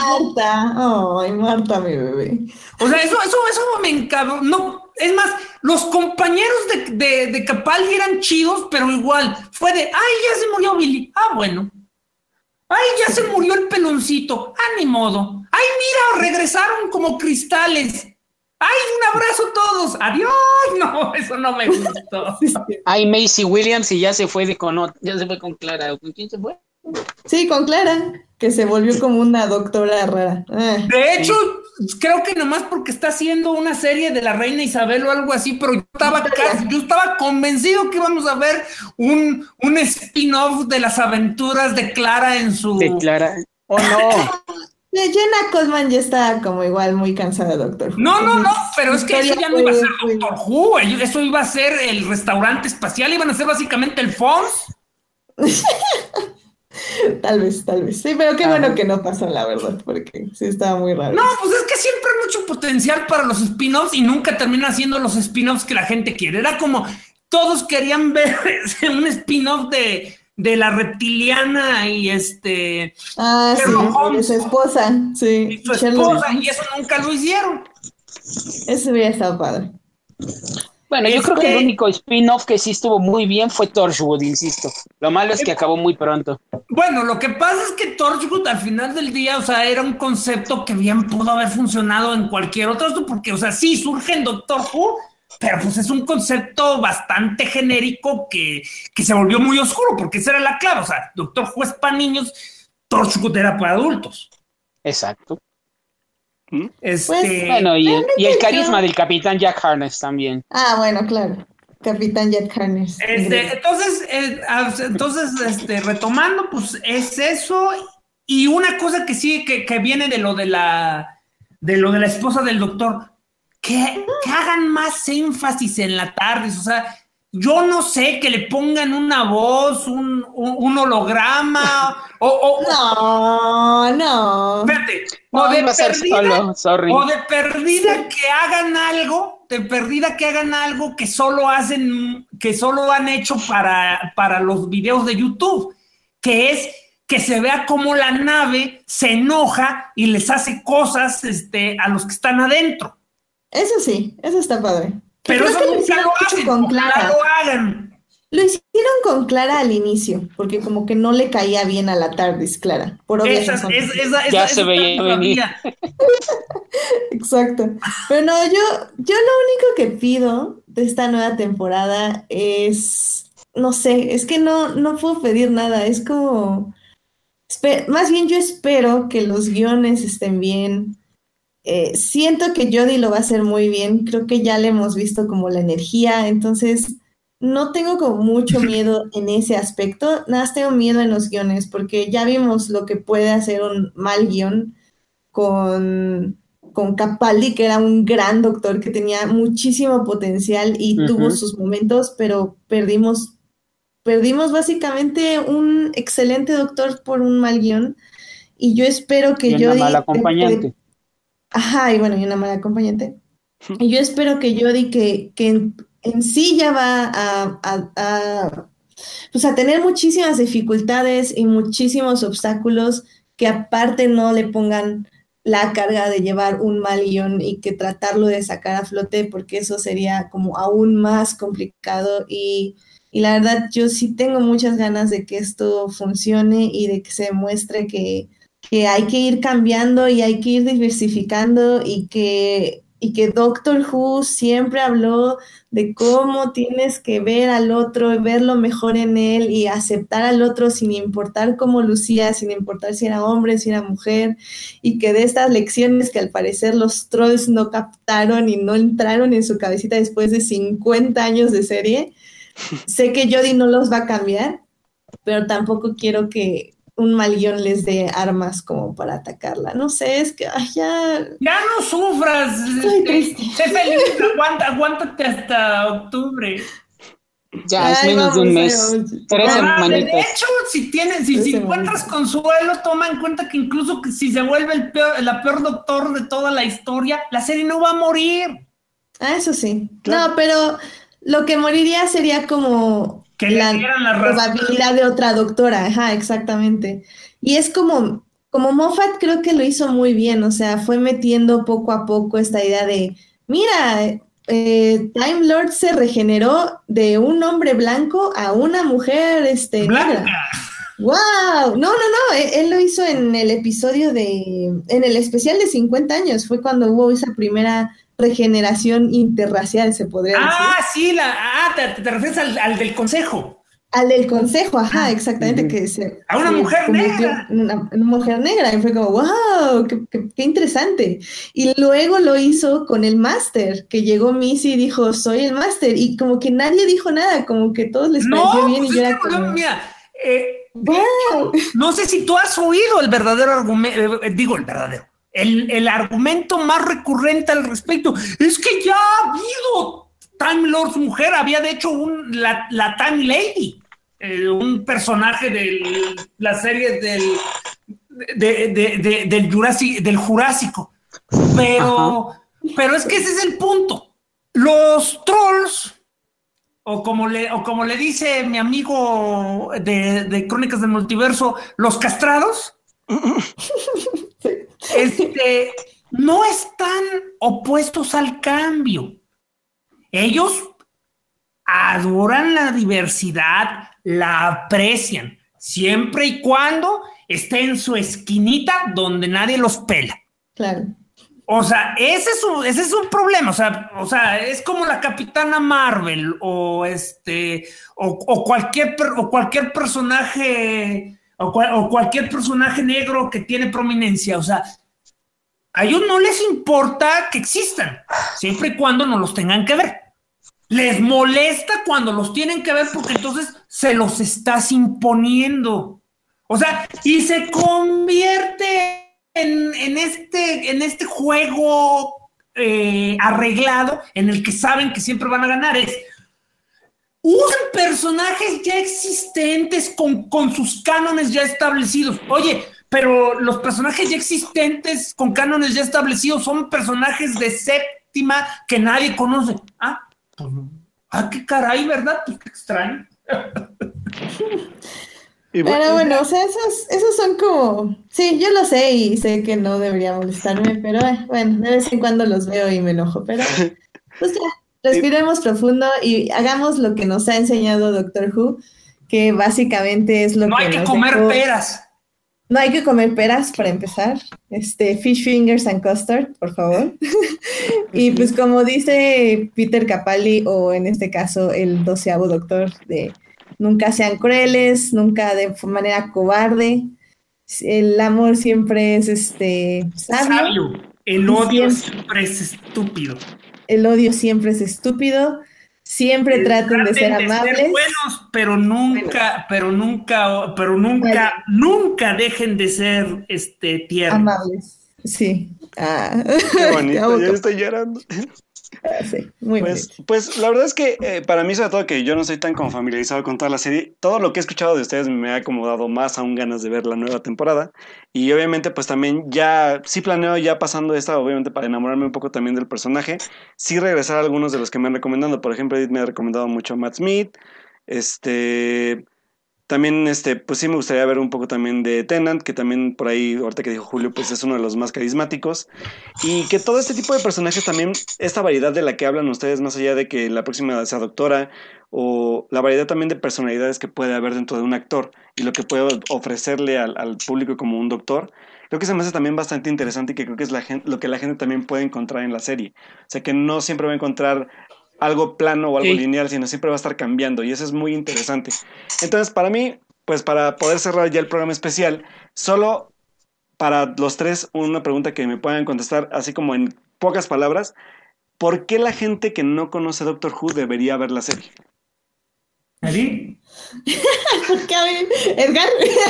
Ay, Marta, mi bebé. O sea, eso me encabronó. No, es más, los compañeros de Capaldi eran chidos, pero igual, fue de, ya se murió Billy. Bueno. Ya se murió el peloncito. Ni modo. Mira, regresaron como cristales. Un abrazo a todos. Adiós. No, eso no me gustó. Macy Williams y ya se fue con Clara. ¿Con quién se fue? Sí, con Clara, que se volvió como una doctora rara. De hecho, creo que nomás porque está haciendo una serie de la Reina Isabel o algo así, pero yo estaba convencido que íbamos a ver un spin-off de las aventuras de Clara en su... De Clara. ¡Oh, no! Jenna Coleman ya está como igual muy cansada de Doctor Who. No, pero es que eso ya no iba a ser Doctor Who, eso iba a ser el restaurante espacial, iban a ser básicamente el Fonz. Tal vez. Sí, pero qué bueno que no pasó, la verdad, porque sí estaba muy raro. No, pues es que siempre hay mucho potencial para los spin-offs y nunca terminan haciendo los spin-offs que la gente quiere. Era como, todos querían ver un spin-off de la reptiliana y Sherlock Holmes, su esposa. Sí, y su esposa, y eso nunca lo hicieron. Eso hubiera estado padre. Bueno, yo creo que el único spin-off que sí estuvo muy bien fue Torchwood, insisto. Lo malo es que acabó muy pronto. Bueno, lo que pasa es que Torchwood al final del día, o sea, era un concepto que bien pudo haber funcionado en cualquier otro, porque, o sea, sí surge en Doctor Who, pero pues es un concepto bastante genérico que se volvió muy oscuro, porque esa era la clave. O sea, Doctor Who es para niños, Torchwood era para adultos. Exacto. Bueno, y el carisma del Capitán Jack Harkness también. Bueno, claro. Capitán Jack Harkness. Entonces, retomando, pues es eso. Y una cosa que sí, que viene de lo de la esposa del doctor, que hagan más énfasis en la tarde. O sea, yo no sé, que le pongan una voz, un holograma, No. Espérate, o de perdida que hagan algo, que solo han hecho para los videos de YouTube, que es que se vea como la nave se enoja y les hace cosas a los que están adentro. Eso sí, eso está padre. Pero creo eso que lo nunca hicieron lo mucho hacen, con ojalá Clara. lo hagan. Lo hicieron con Clara al inicio, porque como que no le caía bien a la TARDIS, Clara, por obvias razones. Ya se veía venir. Exacto. Pero no, yo lo único que pido de esta nueva temporada es, no sé, es que no puedo pedir nada, es como, más bien yo espero que los guiones estén bien. Siento que Jodie lo va a hacer muy bien, creo que ya le hemos visto como la energía, entonces no tengo como mucho miedo en ese aspecto, nada más tengo miedo en los guiones, porque ya vimos lo que puede hacer un mal guión con, con Capaldi, que era un gran doctor que tenía muchísimo potencial y tuvo sus momentos, pero perdimos básicamente un excelente doctor por un mal guión, y yo espero que Y una Jodie mala acompañante. Ajá, y bueno, y una mala acompañante. Y yo espero que Jodie, que en sí ya va pues a tener muchísimas dificultades y muchísimos obstáculos, que aparte no le pongan la carga de llevar un mal guión y que tratarlo de sacar a flote, porque eso sería como aún más complicado. Y la verdad, yo sí tengo muchas ganas de que esto funcione y de que se demuestre que hay que ir cambiando y hay que ir diversificando, y que Doctor Who siempre habló de cómo tienes que ver al otro, ver lo mejor en él y aceptar al otro sin importar cómo lucía, sin importar si era hombre, si era mujer, y que de estas lecciones que al parecer los trolls no captaron y no entraron en su cabecita después de 50 años de serie, sé que Jodie no los va a cambiar, pero tampoco quiero que un mal guión les dé armas como para atacarla. No sé, es que ya Ya no sufras. estoy triste. Sé feliz, aguántate hasta octubre. Ya es Ay, menos de un vamos, mes. ay, vamos. 3 De semanitas. hecho, si encuentras consuelo, toma en cuenta que incluso que si se vuelve la peor doctor de toda la historia, la serie no va a morir. Ah, eso sí. Claro. No, pero lo que moriría sería como Que le la dieran la razón. probabilidad de otra doctora. Ajá, exactamente. Y es como Moffat creo que lo hizo muy bien, o sea, fue metiendo poco a poco esta idea de, mira, Time Lord se regeneró de un hombre blanco a una mujer negra. Blanca. ¡Wow! No, él lo hizo en el en el especial de 50 años, fue cuando hubo esa primera regeneración interracial, se podría decir. Sí, te refieres al del consejo. Al del consejo, ajá, exactamente, que A una se mujer convirtió negra. en una mujer negra, y fue como, wow, qué interesante. Y luego lo hizo con el máster, que llegó Missy y dijo, soy el máster, y como que nadie dijo nada, como que todos les pareció bien, Pues y yo es era que, como, mira, wow. no sé si tú has oído el verdadero argumento, digo el verdadero, el argumento más recurrente al respecto. Es que ya ha habido Time Lords mujer, había de hecho la Time Lady, un personaje de la serie del Jurásico. Pero es que ese es el punto. Los trolls, o como le dice mi amigo de Crónicas del Multiverso, los castrados, no están opuestos al cambio. Ellos adoran la diversidad, la aprecian, siempre y cuando esté en su esquinita donde nadie los pela. Claro. O sea, ese es un problema. O sea, es como la Capitana Marvel o cualquier personaje o cualquier personaje negro que tiene prominencia. O sea, a ellos no les importa que existan, siempre y cuando no los tengan que ver. Les molesta cuando los tienen que ver porque entonces se los estás imponiendo. O sea, y se convierte en este juego arreglado en el que saben que siempre van a ganar. Usan personajes ya existentes con sus cánones ya establecidos. Oye, pero los personajes ya existentes con cánones ya establecidos son personajes de séptima que nadie conoce. Qué caray, ¿verdad? Pues qué extraño. Y Pero bueno, o sea, esos son como... Sí, yo lo sé y sé que no debería molestarme, pero bueno, de vez en cuando los veo y me enojo, pero pues ya, y- respiremos profundo y hagamos lo que nos ha enseñado Doctor Who, que básicamente es lo No que hay que nos comer dejó. peras. No hay que comer peras para empezar. Fish fingers and custard, por favor. Y pues como dice Peter Capaldi, o en este caso el 12º doctor, de nunca sean crueles, nunca de manera cobarde. El amor siempre es sabio Sabio. El y odio siempre, siempre es estúpido. el odio siempre es estúpido. Siempre traten de ser Traten de ser amables. buenos, pero Bueno, nunca, vale, nunca dejen de ser tiernos. amables. Sí. Ah, qué te bonito, amo, ya estoy llorando. sí, muy bonito. Pues la verdad es que para mí, sobre todo que yo no soy tan como familiarizado con toda la serie, todo lo que he escuchado de ustedes me ha acomodado más aún ganas de ver la nueva temporada. Y obviamente pues también ya, sí planeo ya pasando esta, obviamente para enamorarme un poco también del personaje, sí regresar a algunos de los que me han recomendado. Por ejemplo, Edith me ha recomendado mucho a Matt Smith, este... También, pues sí me gustaría ver un poco también de Tennant, que también por ahí, ahorita que dijo Julio, pues es uno de los más carismáticos. Y que todo este tipo de personajes también, esta variedad de la que hablan ustedes, más allá de que la próxima sea doctora, o la variedad también de personalidades que puede haber dentro de un actor y lo que puede ofrecerle al público como un doctor, creo que se me hace también bastante interesante y que creo que es lo que la gente también puede encontrar en la serie. O sea, que no siempre va a encontrar algo plano o algo Sí. lineal, sino siempre va a estar cambiando y eso es muy interesante. Entonces, para mí, pues para poder cerrar ya el programa especial, solo para los tres una pregunta que me puedan contestar, así como en pocas palabras, ¿por qué la gente que no conoce Doctor Who debería ver la serie? ¿Edith? ¿Por qué? A ver, Edgar.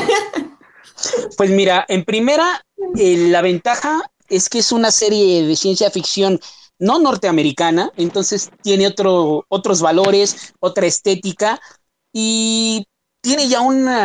Pues mira, en primera, la ventaja es que es una serie de ciencia ficción no norteamericana, entonces tiene otros valores, otra estética y tiene ya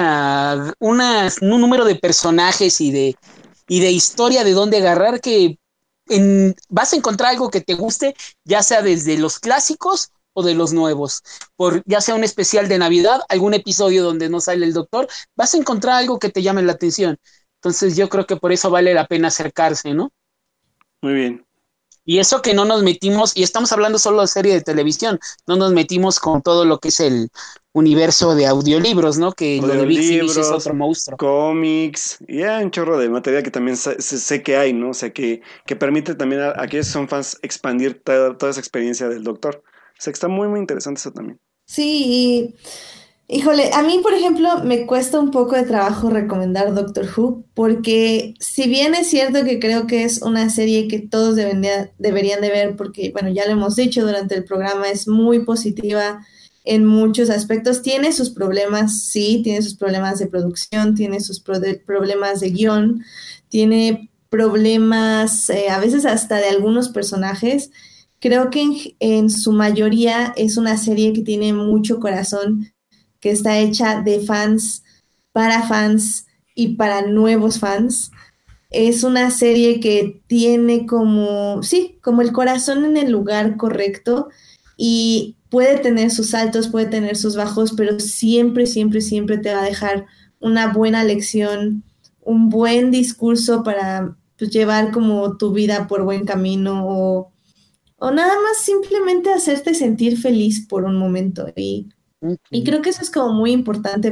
un número de personajes y de historia de dónde agarrar que vas a encontrar algo que te guste, ya sea desde los clásicos o de los nuevos, ya sea un especial de Navidad, algún episodio donde no sale el doctor, vas a encontrar algo que te llame la atención. Entonces yo creo que por eso vale la pena acercarse, ¿no? Muy bien. Y eso que no nos metimos, y estamos hablando solo de serie de televisión, no nos metimos con todo lo que es el universo de audiolibros, ¿no? Que lo de Big Finish es Audiolibros, otro monstruo. cómics, y hay un chorro de material que también sé que hay, ¿no? O sea, que permite también a aquellos que son fans expandir toda esa experiencia del doctor. O sea, que está muy, muy interesante eso también. Sí, híjole, a mí, por ejemplo, me cuesta un poco de trabajo recomendar Doctor Who, porque si bien es cierto que creo que es una serie que todos deberían de ver, porque, bueno, ya lo hemos dicho durante el programa, es muy positiva en muchos aspectos, tiene sus problemas, sí, tiene sus problemas de producción, tiene sus problemas de guión, tiene problemas a veces hasta de algunos personajes. Creo que en su mayoría es una serie que tiene mucho corazón, que está hecha de fans para fans y para nuevos fans. Es una serie que tiene como, sí, como el corazón en el lugar correcto y puede tener sus altos, puede tener sus bajos, pero siempre, siempre, siempre te va a dejar una buena lección, un buen discurso para pues, llevar como tu vida por buen camino o nada más simplemente hacerte sentir feliz por un momento. Y creo que eso es como muy importante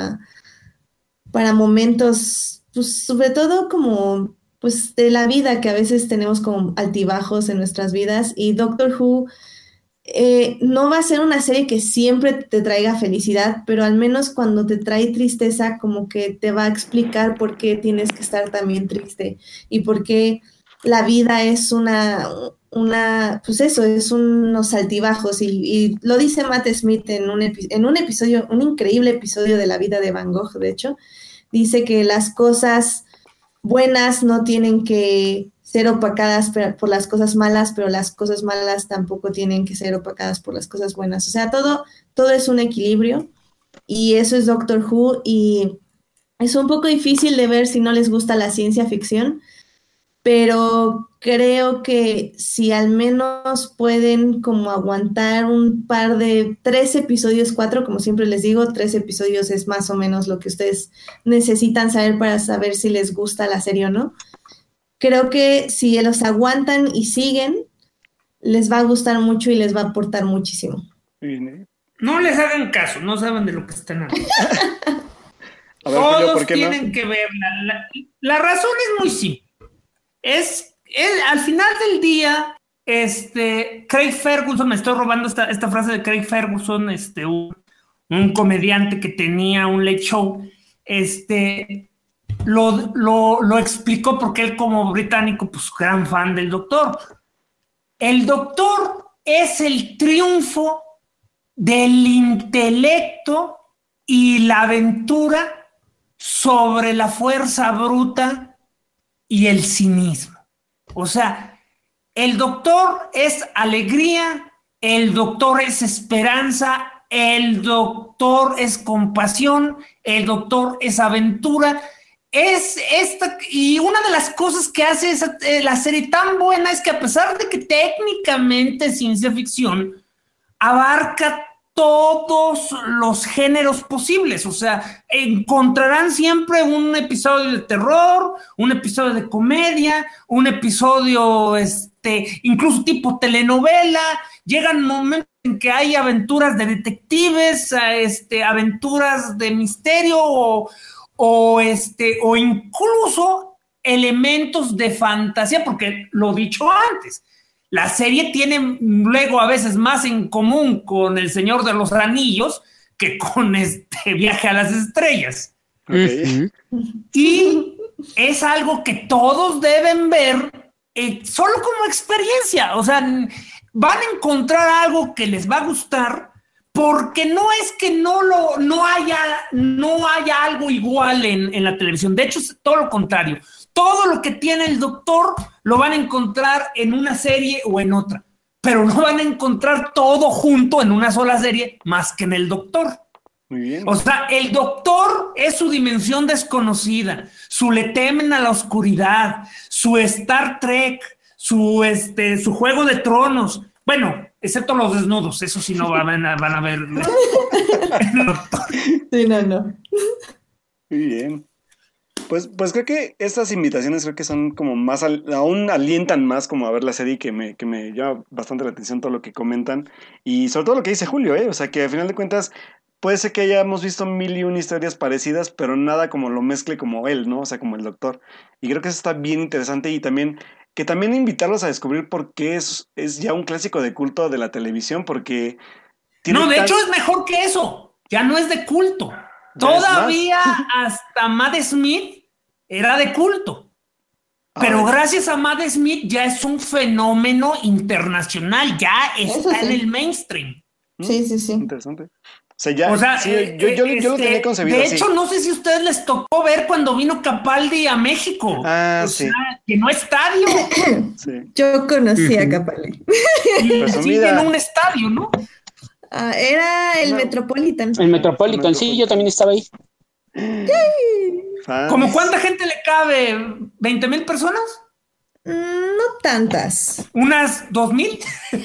para momentos, pues sobre todo como pues de la vida que a veces tenemos como altibajos en nuestras vidas y Doctor Who no va a ser una serie que siempre te traiga felicidad, pero al menos cuando te trae tristeza como que te va a explicar por qué tienes que estar también triste y por qué la vida es pues eso, es unos altibajos y lo dice Matt Smith en un episodio, un increíble episodio de la vida de Van Gogh, de hecho, dice que las cosas buenas no tienen que ser opacadas por las cosas malas, pero las cosas malas tampoco tienen que ser opacadas por las cosas buenas. O sea, todo es un equilibrio y eso es Doctor Who y es un poco difícil de ver si no les gusta la ciencia ficción, pero creo que si al menos pueden como aguantar un par de 3 episodios, 4, como siempre les digo, 3 episodios es más o menos lo que ustedes necesitan saber para saber si les gusta la serie o no. Creo que si los aguantan y siguen, les va a gustar mucho y les va a aportar muchísimo. No les hagan caso, no saben de lo que están hablando. Todos tienen que verla. La razón es muy simple. Es al final del día, Craig Ferguson, me estoy robando esta frase de Craig Ferguson, un comediante que tenía un late show, lo explicó porque él como británico, pues gran fan del Doctor. El Doctor es el triunfo del intelecto y la aventura sobre la fuerza bruta y el cinismo. O sea, el Doctor es alegría, el Doctor es esperanza, el Doctor es compasión, el Doctor es aventura. Y una de las cosas que hace la serie tan buena es que a pesar de que técnicamente es ciencia ficción, abarca todos los géneros posibles. O sea, encontrarán siempre un episodio de terror, un episodio de comedia, un episodio incluso tipo telenovela. Llegan momentos en que hay aventuras de detectives, aventuras de misterio o incluso elementos de fantasía, porque lo dicho antes, la serie tiene luego a veces más en común con El Señor de los Anillos que con Viaje a las Estrellas. Okay. Y es algo que todos deben ver solo como experiencia. O sea, van a encontrar algo que les va a gustar, porque no es que no haya algo igual en la televisión. De hecho, es todo lo contrario. Todo lo que tiene el Doctor lo van a encontrar en una serie o en otra, pero no van a encontrar todo junto en una sola serie más que en el Doctor. Muy bien. O sea, el Doctor es su dimensión desconocida, su Le temen a la oscuridad, su Star Trek, su Juego de Tronos. Bueno, excepto los desnudos, eso sí no van a ver. Sí, no. Muy bien. Pues creo que estas invitaciones creo que son como más, aún alientan más como a ver la serie, que me llama bastante la atención todo lo que comentan y sobre todo lo que dice Julio, o sea que al final de cuentas puede ser que hayamos visto 1001 historias parecidas, pero nada como lo mezcle como él, ¿no? O sea, como el Doctor. Y creo que eso está bien interesante y también invitarlos a descubrir por qué es ya un clásico de culto de la televisión, porque... No, de hecho es mejor que eso, ya no es de culto. Todavía hasta Matt Smith era de culto. Pero gracias a Matt Smith ya es un fenómeno internacional, ya está en el mainstream. Sí. Interesante. O sea, sí, yo lo tenía concebido de así. hecho, no sé si a ustedes les tocó ver cuando vino Capaldi a México. O sea, que no estadio. Sí. Yo conocí a Capaldi. Sí, en un estadio, ¿no? Era el Metropolitan. El Metropolitan, sí, yo también estaba ahí. ¿Cómo cuánta gente le cabe? ¿20,000 personas? No tantas. ¿Unas 2,000?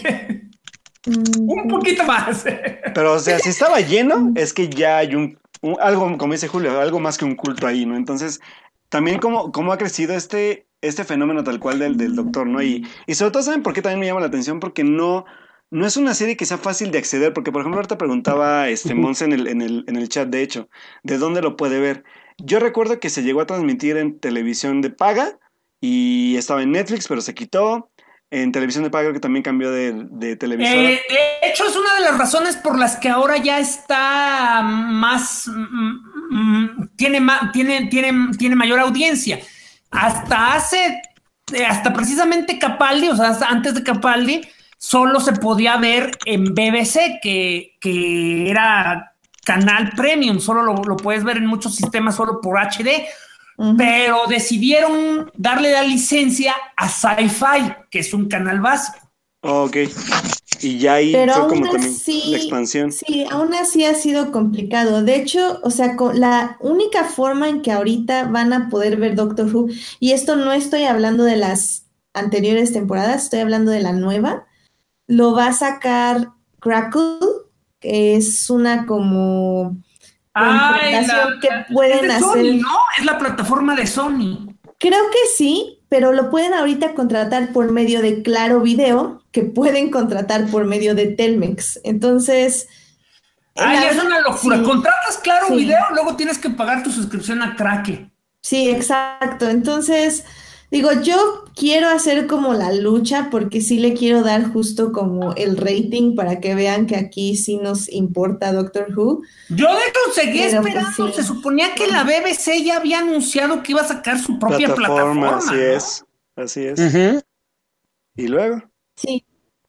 Un poquito más. Pero, o sea, si estaba lleno, es que ya hay algo, como dice Julio, algo más que un culto ahí, ¿no? Entonces, también cómo ha crecido este fenómeno tal cual del Doctor, ¿no? Y sobre todo, ¿saben por qué también me llama la atención? Porque no es una serie que sea fácil de acceder, porque, por ejemplo, ahorita preguntaba Monse en el chat, de hecho, ¿de dónde lo puede ver? Yo recuerdo que se llegó a transmitir en televisión de paga y estaba en Netflix, pero se quitó. En televisión de paga creo que también cambió de televisora. De hecho, es una de las razones por las que ahora ya está más... tiene mayor audiencia. Hasta precisamente Capaldi, o sea, hasta antes de Capaldi, solo se podía ver en BBC, que era canal premium, solo lo puedes ver en muchos sistemas solo por HD. Pero decidieron darle la licencia a Sci-Fi, que es un canal básico. Ok. Y ya ahí Pero fue aún como también así, la expansión. sí, aún así ha sido complicado. De hecho, o sea, la única forma en que ahorita van a poder ver Doctor Who, y esto no estoy hablando de las anteriores temporadas, estoy hablando de la nueva, lo va a sacar Crackle, que es una como Ay, contratación que es pueden de hacer. Sony, ¿no? Es la plataforma de Sony. Creo que sí, pero lo pueden ahorita contratar por medio de Claro Video, que pueden contratar por medio de Telmex. Entonces, Ay, la es verdad, una locura. sí, Contratas Claro Video, sí, luego tienes que pagar tu suscripción a Crackle. sí, exacto. Entonces, digo, yo quiero hacer como la lucha porque sí le quiero dar justo como el rating para que vean que aquí sí nos importa Doctor Who, Yo de hecho seguí pero pues esperando. Se sí. suponía que la BBC ya había anunciado que iba a sacar su propia Plataforma, plataforma, así ¿no? es. Así es. Ujú. Y luego, Sí.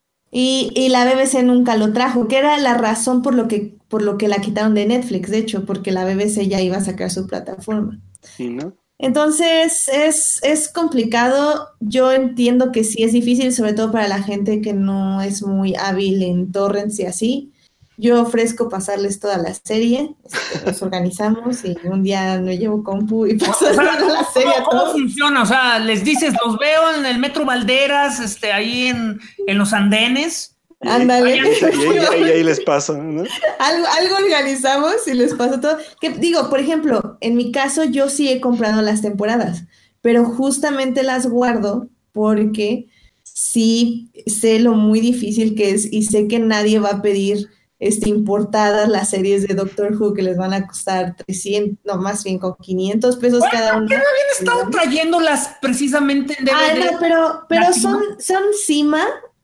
Y la BBC nunca lo trajo, que era la razón por lo que la quitaron de Netflix, de hecho, porque la BBC ya iba a sacar su plataforma. ¿y no? Entonces, es complicado. Yo entiendo que sí es difícil, sobre todo para la gente que no es muy hábil en torrents y así. Yo ofrezco pasarles toda la serie, nos organizamos y un día me llevo compu y O paso sea, toda la serie a ¿cómo todos. funciona? O sea, les dices, los veo en el Metro Valderas, ahí en los andenes. Y Ándale. ahí les paso, ¿no? Algo organizamos y les paso todo. Que digo, por ejemplo, en mi caso yo sí he comprado las temporadas, pero justamente las guardo porque sí sé lo muy difícil que es y sé que nadie va a pedir importadas las series de Doctor Who que les van a costar 300, no, más bien con 500 pesos Bueno, cada ¿por qué una. no habían estado trayéndolas precisamente en Ah, DVD? no, pero Latino? son Cima.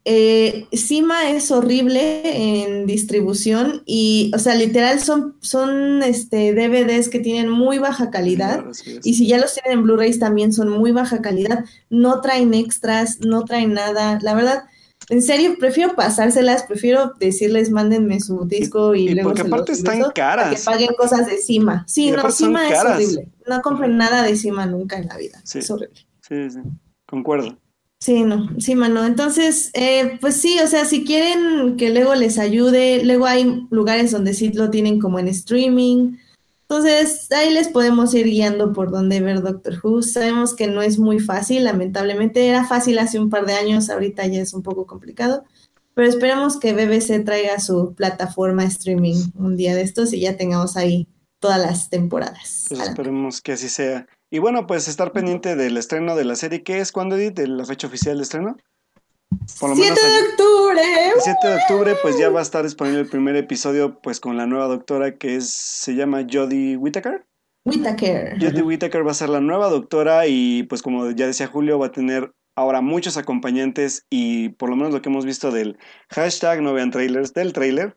Cima es horrible en distribución y, o sea, literal son DVDs que tienen muy baja calidad Así y es. si ya los tienen en Blu-rays también son muy baja calidad, no traen extras, no traen nada. La verdad, en serio, prefiero pasárselas, prefiero decirles mándenme su disco y Y luego porque se los aparte están regreso a que caras. paguen cosas de Cima. Sí, Y no, aparte son Cima es caras. horrible. No compren nada de Cima nunca en la vida. Sí, Es horrible. sí. Concuerdo. Sí, no, sí, mano. Entonces, pues sí, o sea, si quieren que luego les ayude, luego hay lugares donde sí lo tienen como en streaming. Entonces, ahí les podemos ir guiando por dónde ver Doctor Who. Sabemos que no es muy fácil, lamentablemente. Era fácil hace un par de años, ahorita ya es un poco complicado. Pero esperemos que BBC traiga su plataforma streaming un día de estos y ya tengamos ahí todas las temporadas. Pues Adelante. esperemos que así sea. Y bueno, pues estar pendiente del estreno de la serie. ¿Qué es cuando, Edith? ¿De la fecha oficial de estreno? Por lo 7 menos allí. de octubre. El 7 de octubre, pues ya va a estar disponible el primer episodio, pues con la nueva doctora se llama Jodie Whittaker. Whittaker. Jodie Whittaker va a ser la nueva doctora y pues como ya decía Julio, va a tener ahora muchos acompañantes y por lo menos lo que hemos visto del hashtag no vean trailers, del trailer,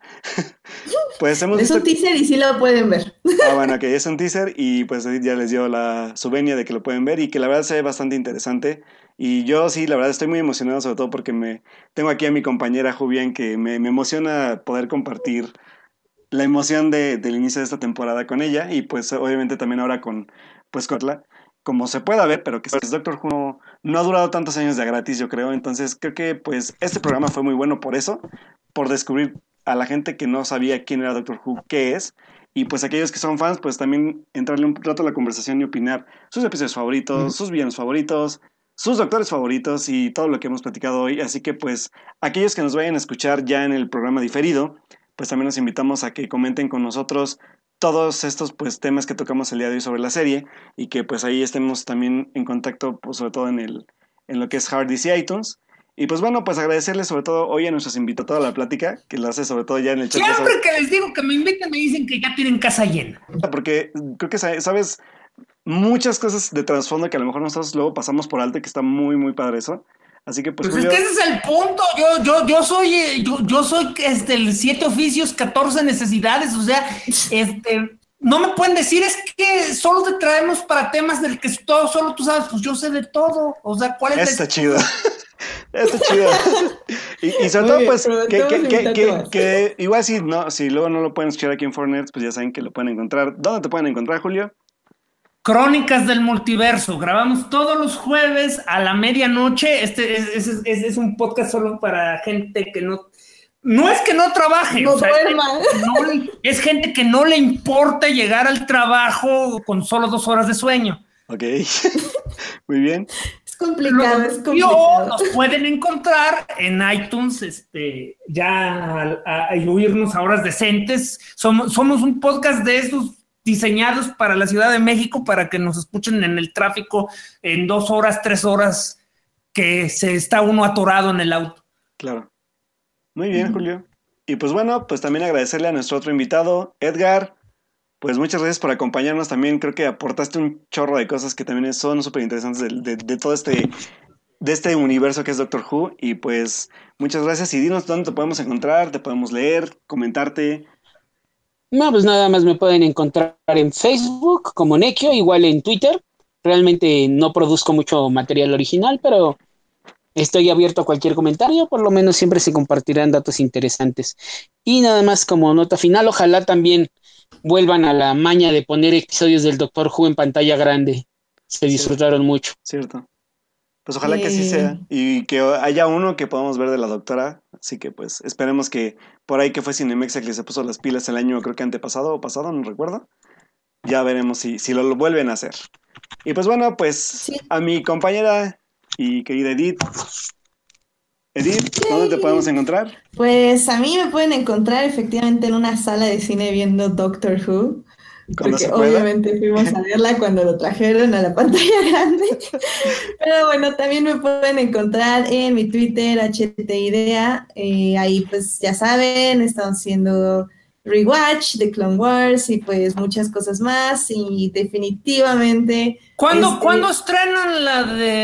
pues hemos Es visto... un teaser y sí lo pueden ver. Bueno, que es un teaser y pues Edith ya les dio su venia de que lo pueden ver y que la verdad se ve bastante interesante. Y yo sí, la verdad estoy muy emocionado, sobre todo porque tengo aquí a mi compañera Jubian que me emociona poder compartir la emoción del inicio de esta temporada con ella y pues obviamente también ahora con Carla, como se pueda ver, pero que pues, Doctor Who no ha durado tantos años de gratis, yo creo. Entonces creo que pues este programa fue muy bueno por eso, por descubrir a la gente que no sabía quién era Doctor Who, qué es. Y pues aquellos que son fans, pues también entrarle un rato a la conversación y opinar sus episodios favoritos, sus villanos favoritos, sus doctores favoritos y todo lo que hemos platicado hoy. Así que pues aquellos que nos vayan a escuchar ya en el programa diferido, pues también los invitamos a que comenten con nosotros todos estos pues temas que tocamos el día de hoy sobre la serie y que pues ahí estemos también en contacto, pues sobre todo en lo que es Hardys y iTunes. Y pues bueno, pues agradecerles sobre todo hoy a nuestros invitados a la plática, que lo hace sobre todo ya en el chat. Siempre que les digo que me inviten me dicen que ya tienen casa llena. Porque creo que sabes muchas cosas de trasfondo que a lo mejor nosotros luego pasamos por alto y que está muy, muy padre eso. Así que pues Julio... es que ese es el punto. Yo soy el 7 oficios, 14 necesidades. O sea, no me pueden decir es que solo te traemos para temas del que solo tú sabes. Pues yo sé de todo. O sea, ¿cuál es? Está chido. Está chido. Y sobre todo, pues, que igual si luego no lo pueden escuchar aquí en Fortnite, pues ya saben que lo pueden encontrar. ¿Dónde te pueden encontrar, Julio? Crónicas del Multiverso. Grabamos todos los jueves a la medianoche. Es un podcast solo para gente que no es que no trabaje. No duerma. Es gente que no le importa llegar al trabajo con solo 2 horas de sueño. Ok, muy bien. Es complicado. Nos pueden encontrar en iTunes, ya a oírnos a horas decentes. Somos un podcast de esos diseñados para la Ciudad de México, para que nos escuchen en el tráfico en 2 horas, 3 horas, que se está uno atorado en el auto. Claro. Muy bien, Julio. Y pues bueno, pues también agradecerle a nuestro otro invitado, Edgar. Pues muchas gracias por acompañarnos también. Creo que aportaste un chorro de cosas que también son súper interesantes de todo este universo que es Doctor Who. Y pues muchas gracias. Y dinos dónde te podemos encontrar, te podemos leer, comentarte. No, pues nada más me pueden encontrar en Facebook como Nekio, igual en Twitter. Realmente no produzco mucho material original, pero estoy abierto a cualquier comentario. Por lo menos siempre se compartirán datos interesantes. Y nada más como nota final, ojalá también vuelvan a la maña de poner episodios del Doctor Who en pantalla grande. Se disfrutaron mucho. Cierto. Pues ojalá que así sea y que haya uno que podamos ver de la doctora. Así que pues esperemos que por ahí que fue Cinemex que se puso las pilas el año creo que antepasado o pasado, no recuerdo. Ya veremos si lo vuelven a hacer. Y pues bueno, pues sí. A mi compañera y querida Edith, ¿dónde te podemos encontrar? Pues a mí me pueden encontrar efectivamente en una sala de cine viendo Doctor Who. Porque obviamente fuimos a verla cuando lo trajeron a la pantalla grande. Pero bueno, también me pueden encontrar en mi Twitter, HTIDEA. Ahí pues ya saben, estamos haciendo rewatch de Clone Wars y pues muchas cosas más. Y definitivamente... ¿Cuándo estrenan la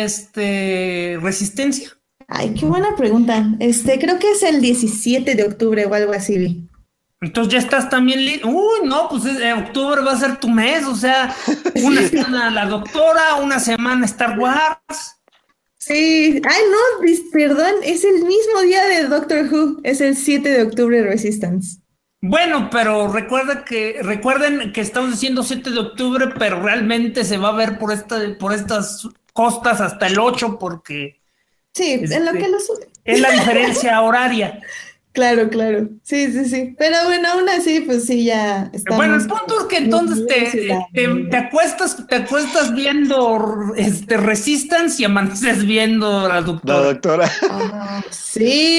de Resistencia? Ay, qué buena pregunta. Creo que es el 17 de octubre o algo así. Entonces ya estás también no, pues octubre va a ser tu mes, o sea, una semana la doctora, una semana Star Wars. Sí, ay no, perdón, es el mismo día de Doctor Who, es el 7 de octubre Resistance. Bueno, pero recuerden que estamos diciendo 7 de octubre, pero realmente se va a ver por estas costas hasta el 8 porque... Sí, en lo que lo sube. Es la diferencia horaria. Claro. Sí. Pero bueno, aún así, pues sí, ya estamos. Bueno, el punto es que entonces te acuestas viendo Resistance y amaneces viendo a la doctora. La doctora. Sí.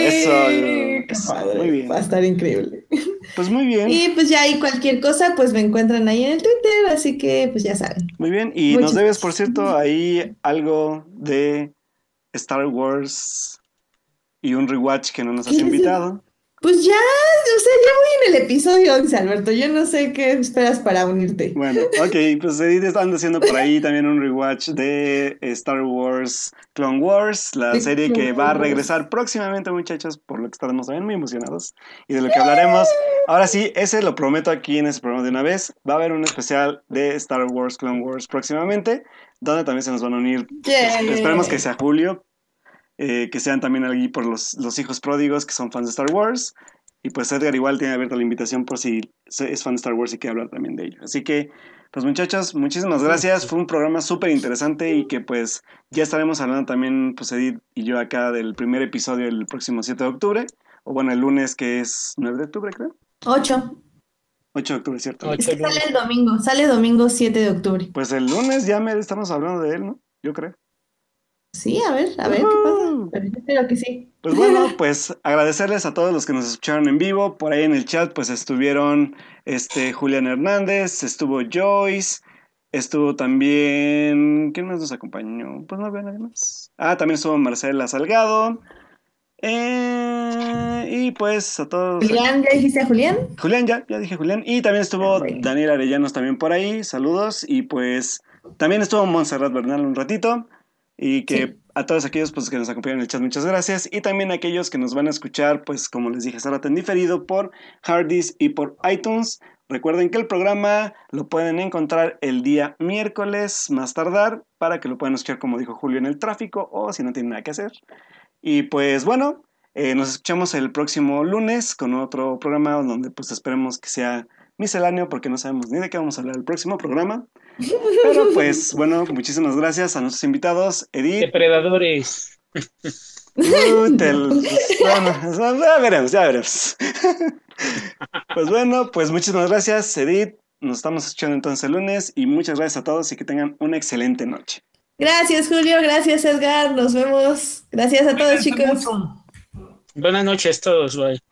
Eso. Muy bien. Va a estar increíble. Pues muy bien. Y pues ya hay cualquier cosa, pues me encuentran ahí en el Twitter, así que pues ya saben. Muy bien. Y nos debes, por cierto, ahí algo de Star Wars y un rewatch que no nos has invitado. Pues ya, o sea, ya voy en el episodio 11, Alberto. Yo no sé qué esperas para unirte. Bueno, ok, pues Edith anda haciendo por ahí también un rewatch de Star Wars Clone Wars, la serie que va a regresar próximamente, muchachos, por lo que estamos también muy emocionados y de lo que hablaremos. Ahora sí, ese lo prometo aquí en ese programa de una vez. Va a haber un especial de Star Wars Clone Wars próximamente, donde también se nos van a unir. Esperemos que sea Julio. Que sean también allí por los hijos pródigos que son fans de Star Wars. Y pues Edgar igual tiene abierta la invitación por si es fan de Star Wars y quiere hablar también de ello. Así que, pues muchachos, muchísimas gracias. Fue un programa súper interesante y que pues ya estaremos hablando también, pues Edith y yo acá del primer episodio el próximo 7 de octubre. O bueno, el lunes que es 9 de octubre, creo. 8 de octubre, ¿cierto? Es que sale el domingo 7 de octubre. Pues el lunes ya estamos hablando de él, ¿no? Yo creo. Sí, a ver qué pasa. Pero yo espero que sí. Pues bueno, pues agradecerles a todos los que nos escucharon en vivo. Por ahí en el chat pues estuvieron Julián Hernández, estuvo Joyce, estuvo también... ¿Quién más nos acompañó? Pues no veo nadie más. También estuvo Marcela Salgado. Y pues a todos... Julián, ¿ya dijiste a Julián? Julián, ya dije Julián. Y también estuvo Daniel Arellanos también por ahí. Saludos. Y pues también estuvo Montserrat Bernal un ratito. Y que a todos aquellos pues, que nos acompañan en el chat, muchas gracias. Y también a aquellos que nos van a escuchar, pues como les dije, hace rato en diferido por Hardis y por iTunes. Recuerden que el programa lo pueden encontrar el día miércoles más tardar para que lo puedan escuchar, como dijo Julio, en el tráfico o si no tienen nada que hacer. Y pues bueno, nos escuchamos el próximo lunes con otro programa donde pues esperemos que sea misceláneo porque no sabemos ni de qué vamos a hablar el próximo programa. Pero pues bueno, muchísimas gracias a nuestros invitados, Edith. Depredadores. Bueno, ya veremos. Pues bueno, pues muchísimas gracias, Edith. Nos estamos escuchando entonces el lunes y muchas gracias a todos y que tengan una excelente noche. Gracias, Julio. Gracias, Edgar. Nos vemos. Gracias a todos, chicos. Buenas noches a todos. Bye.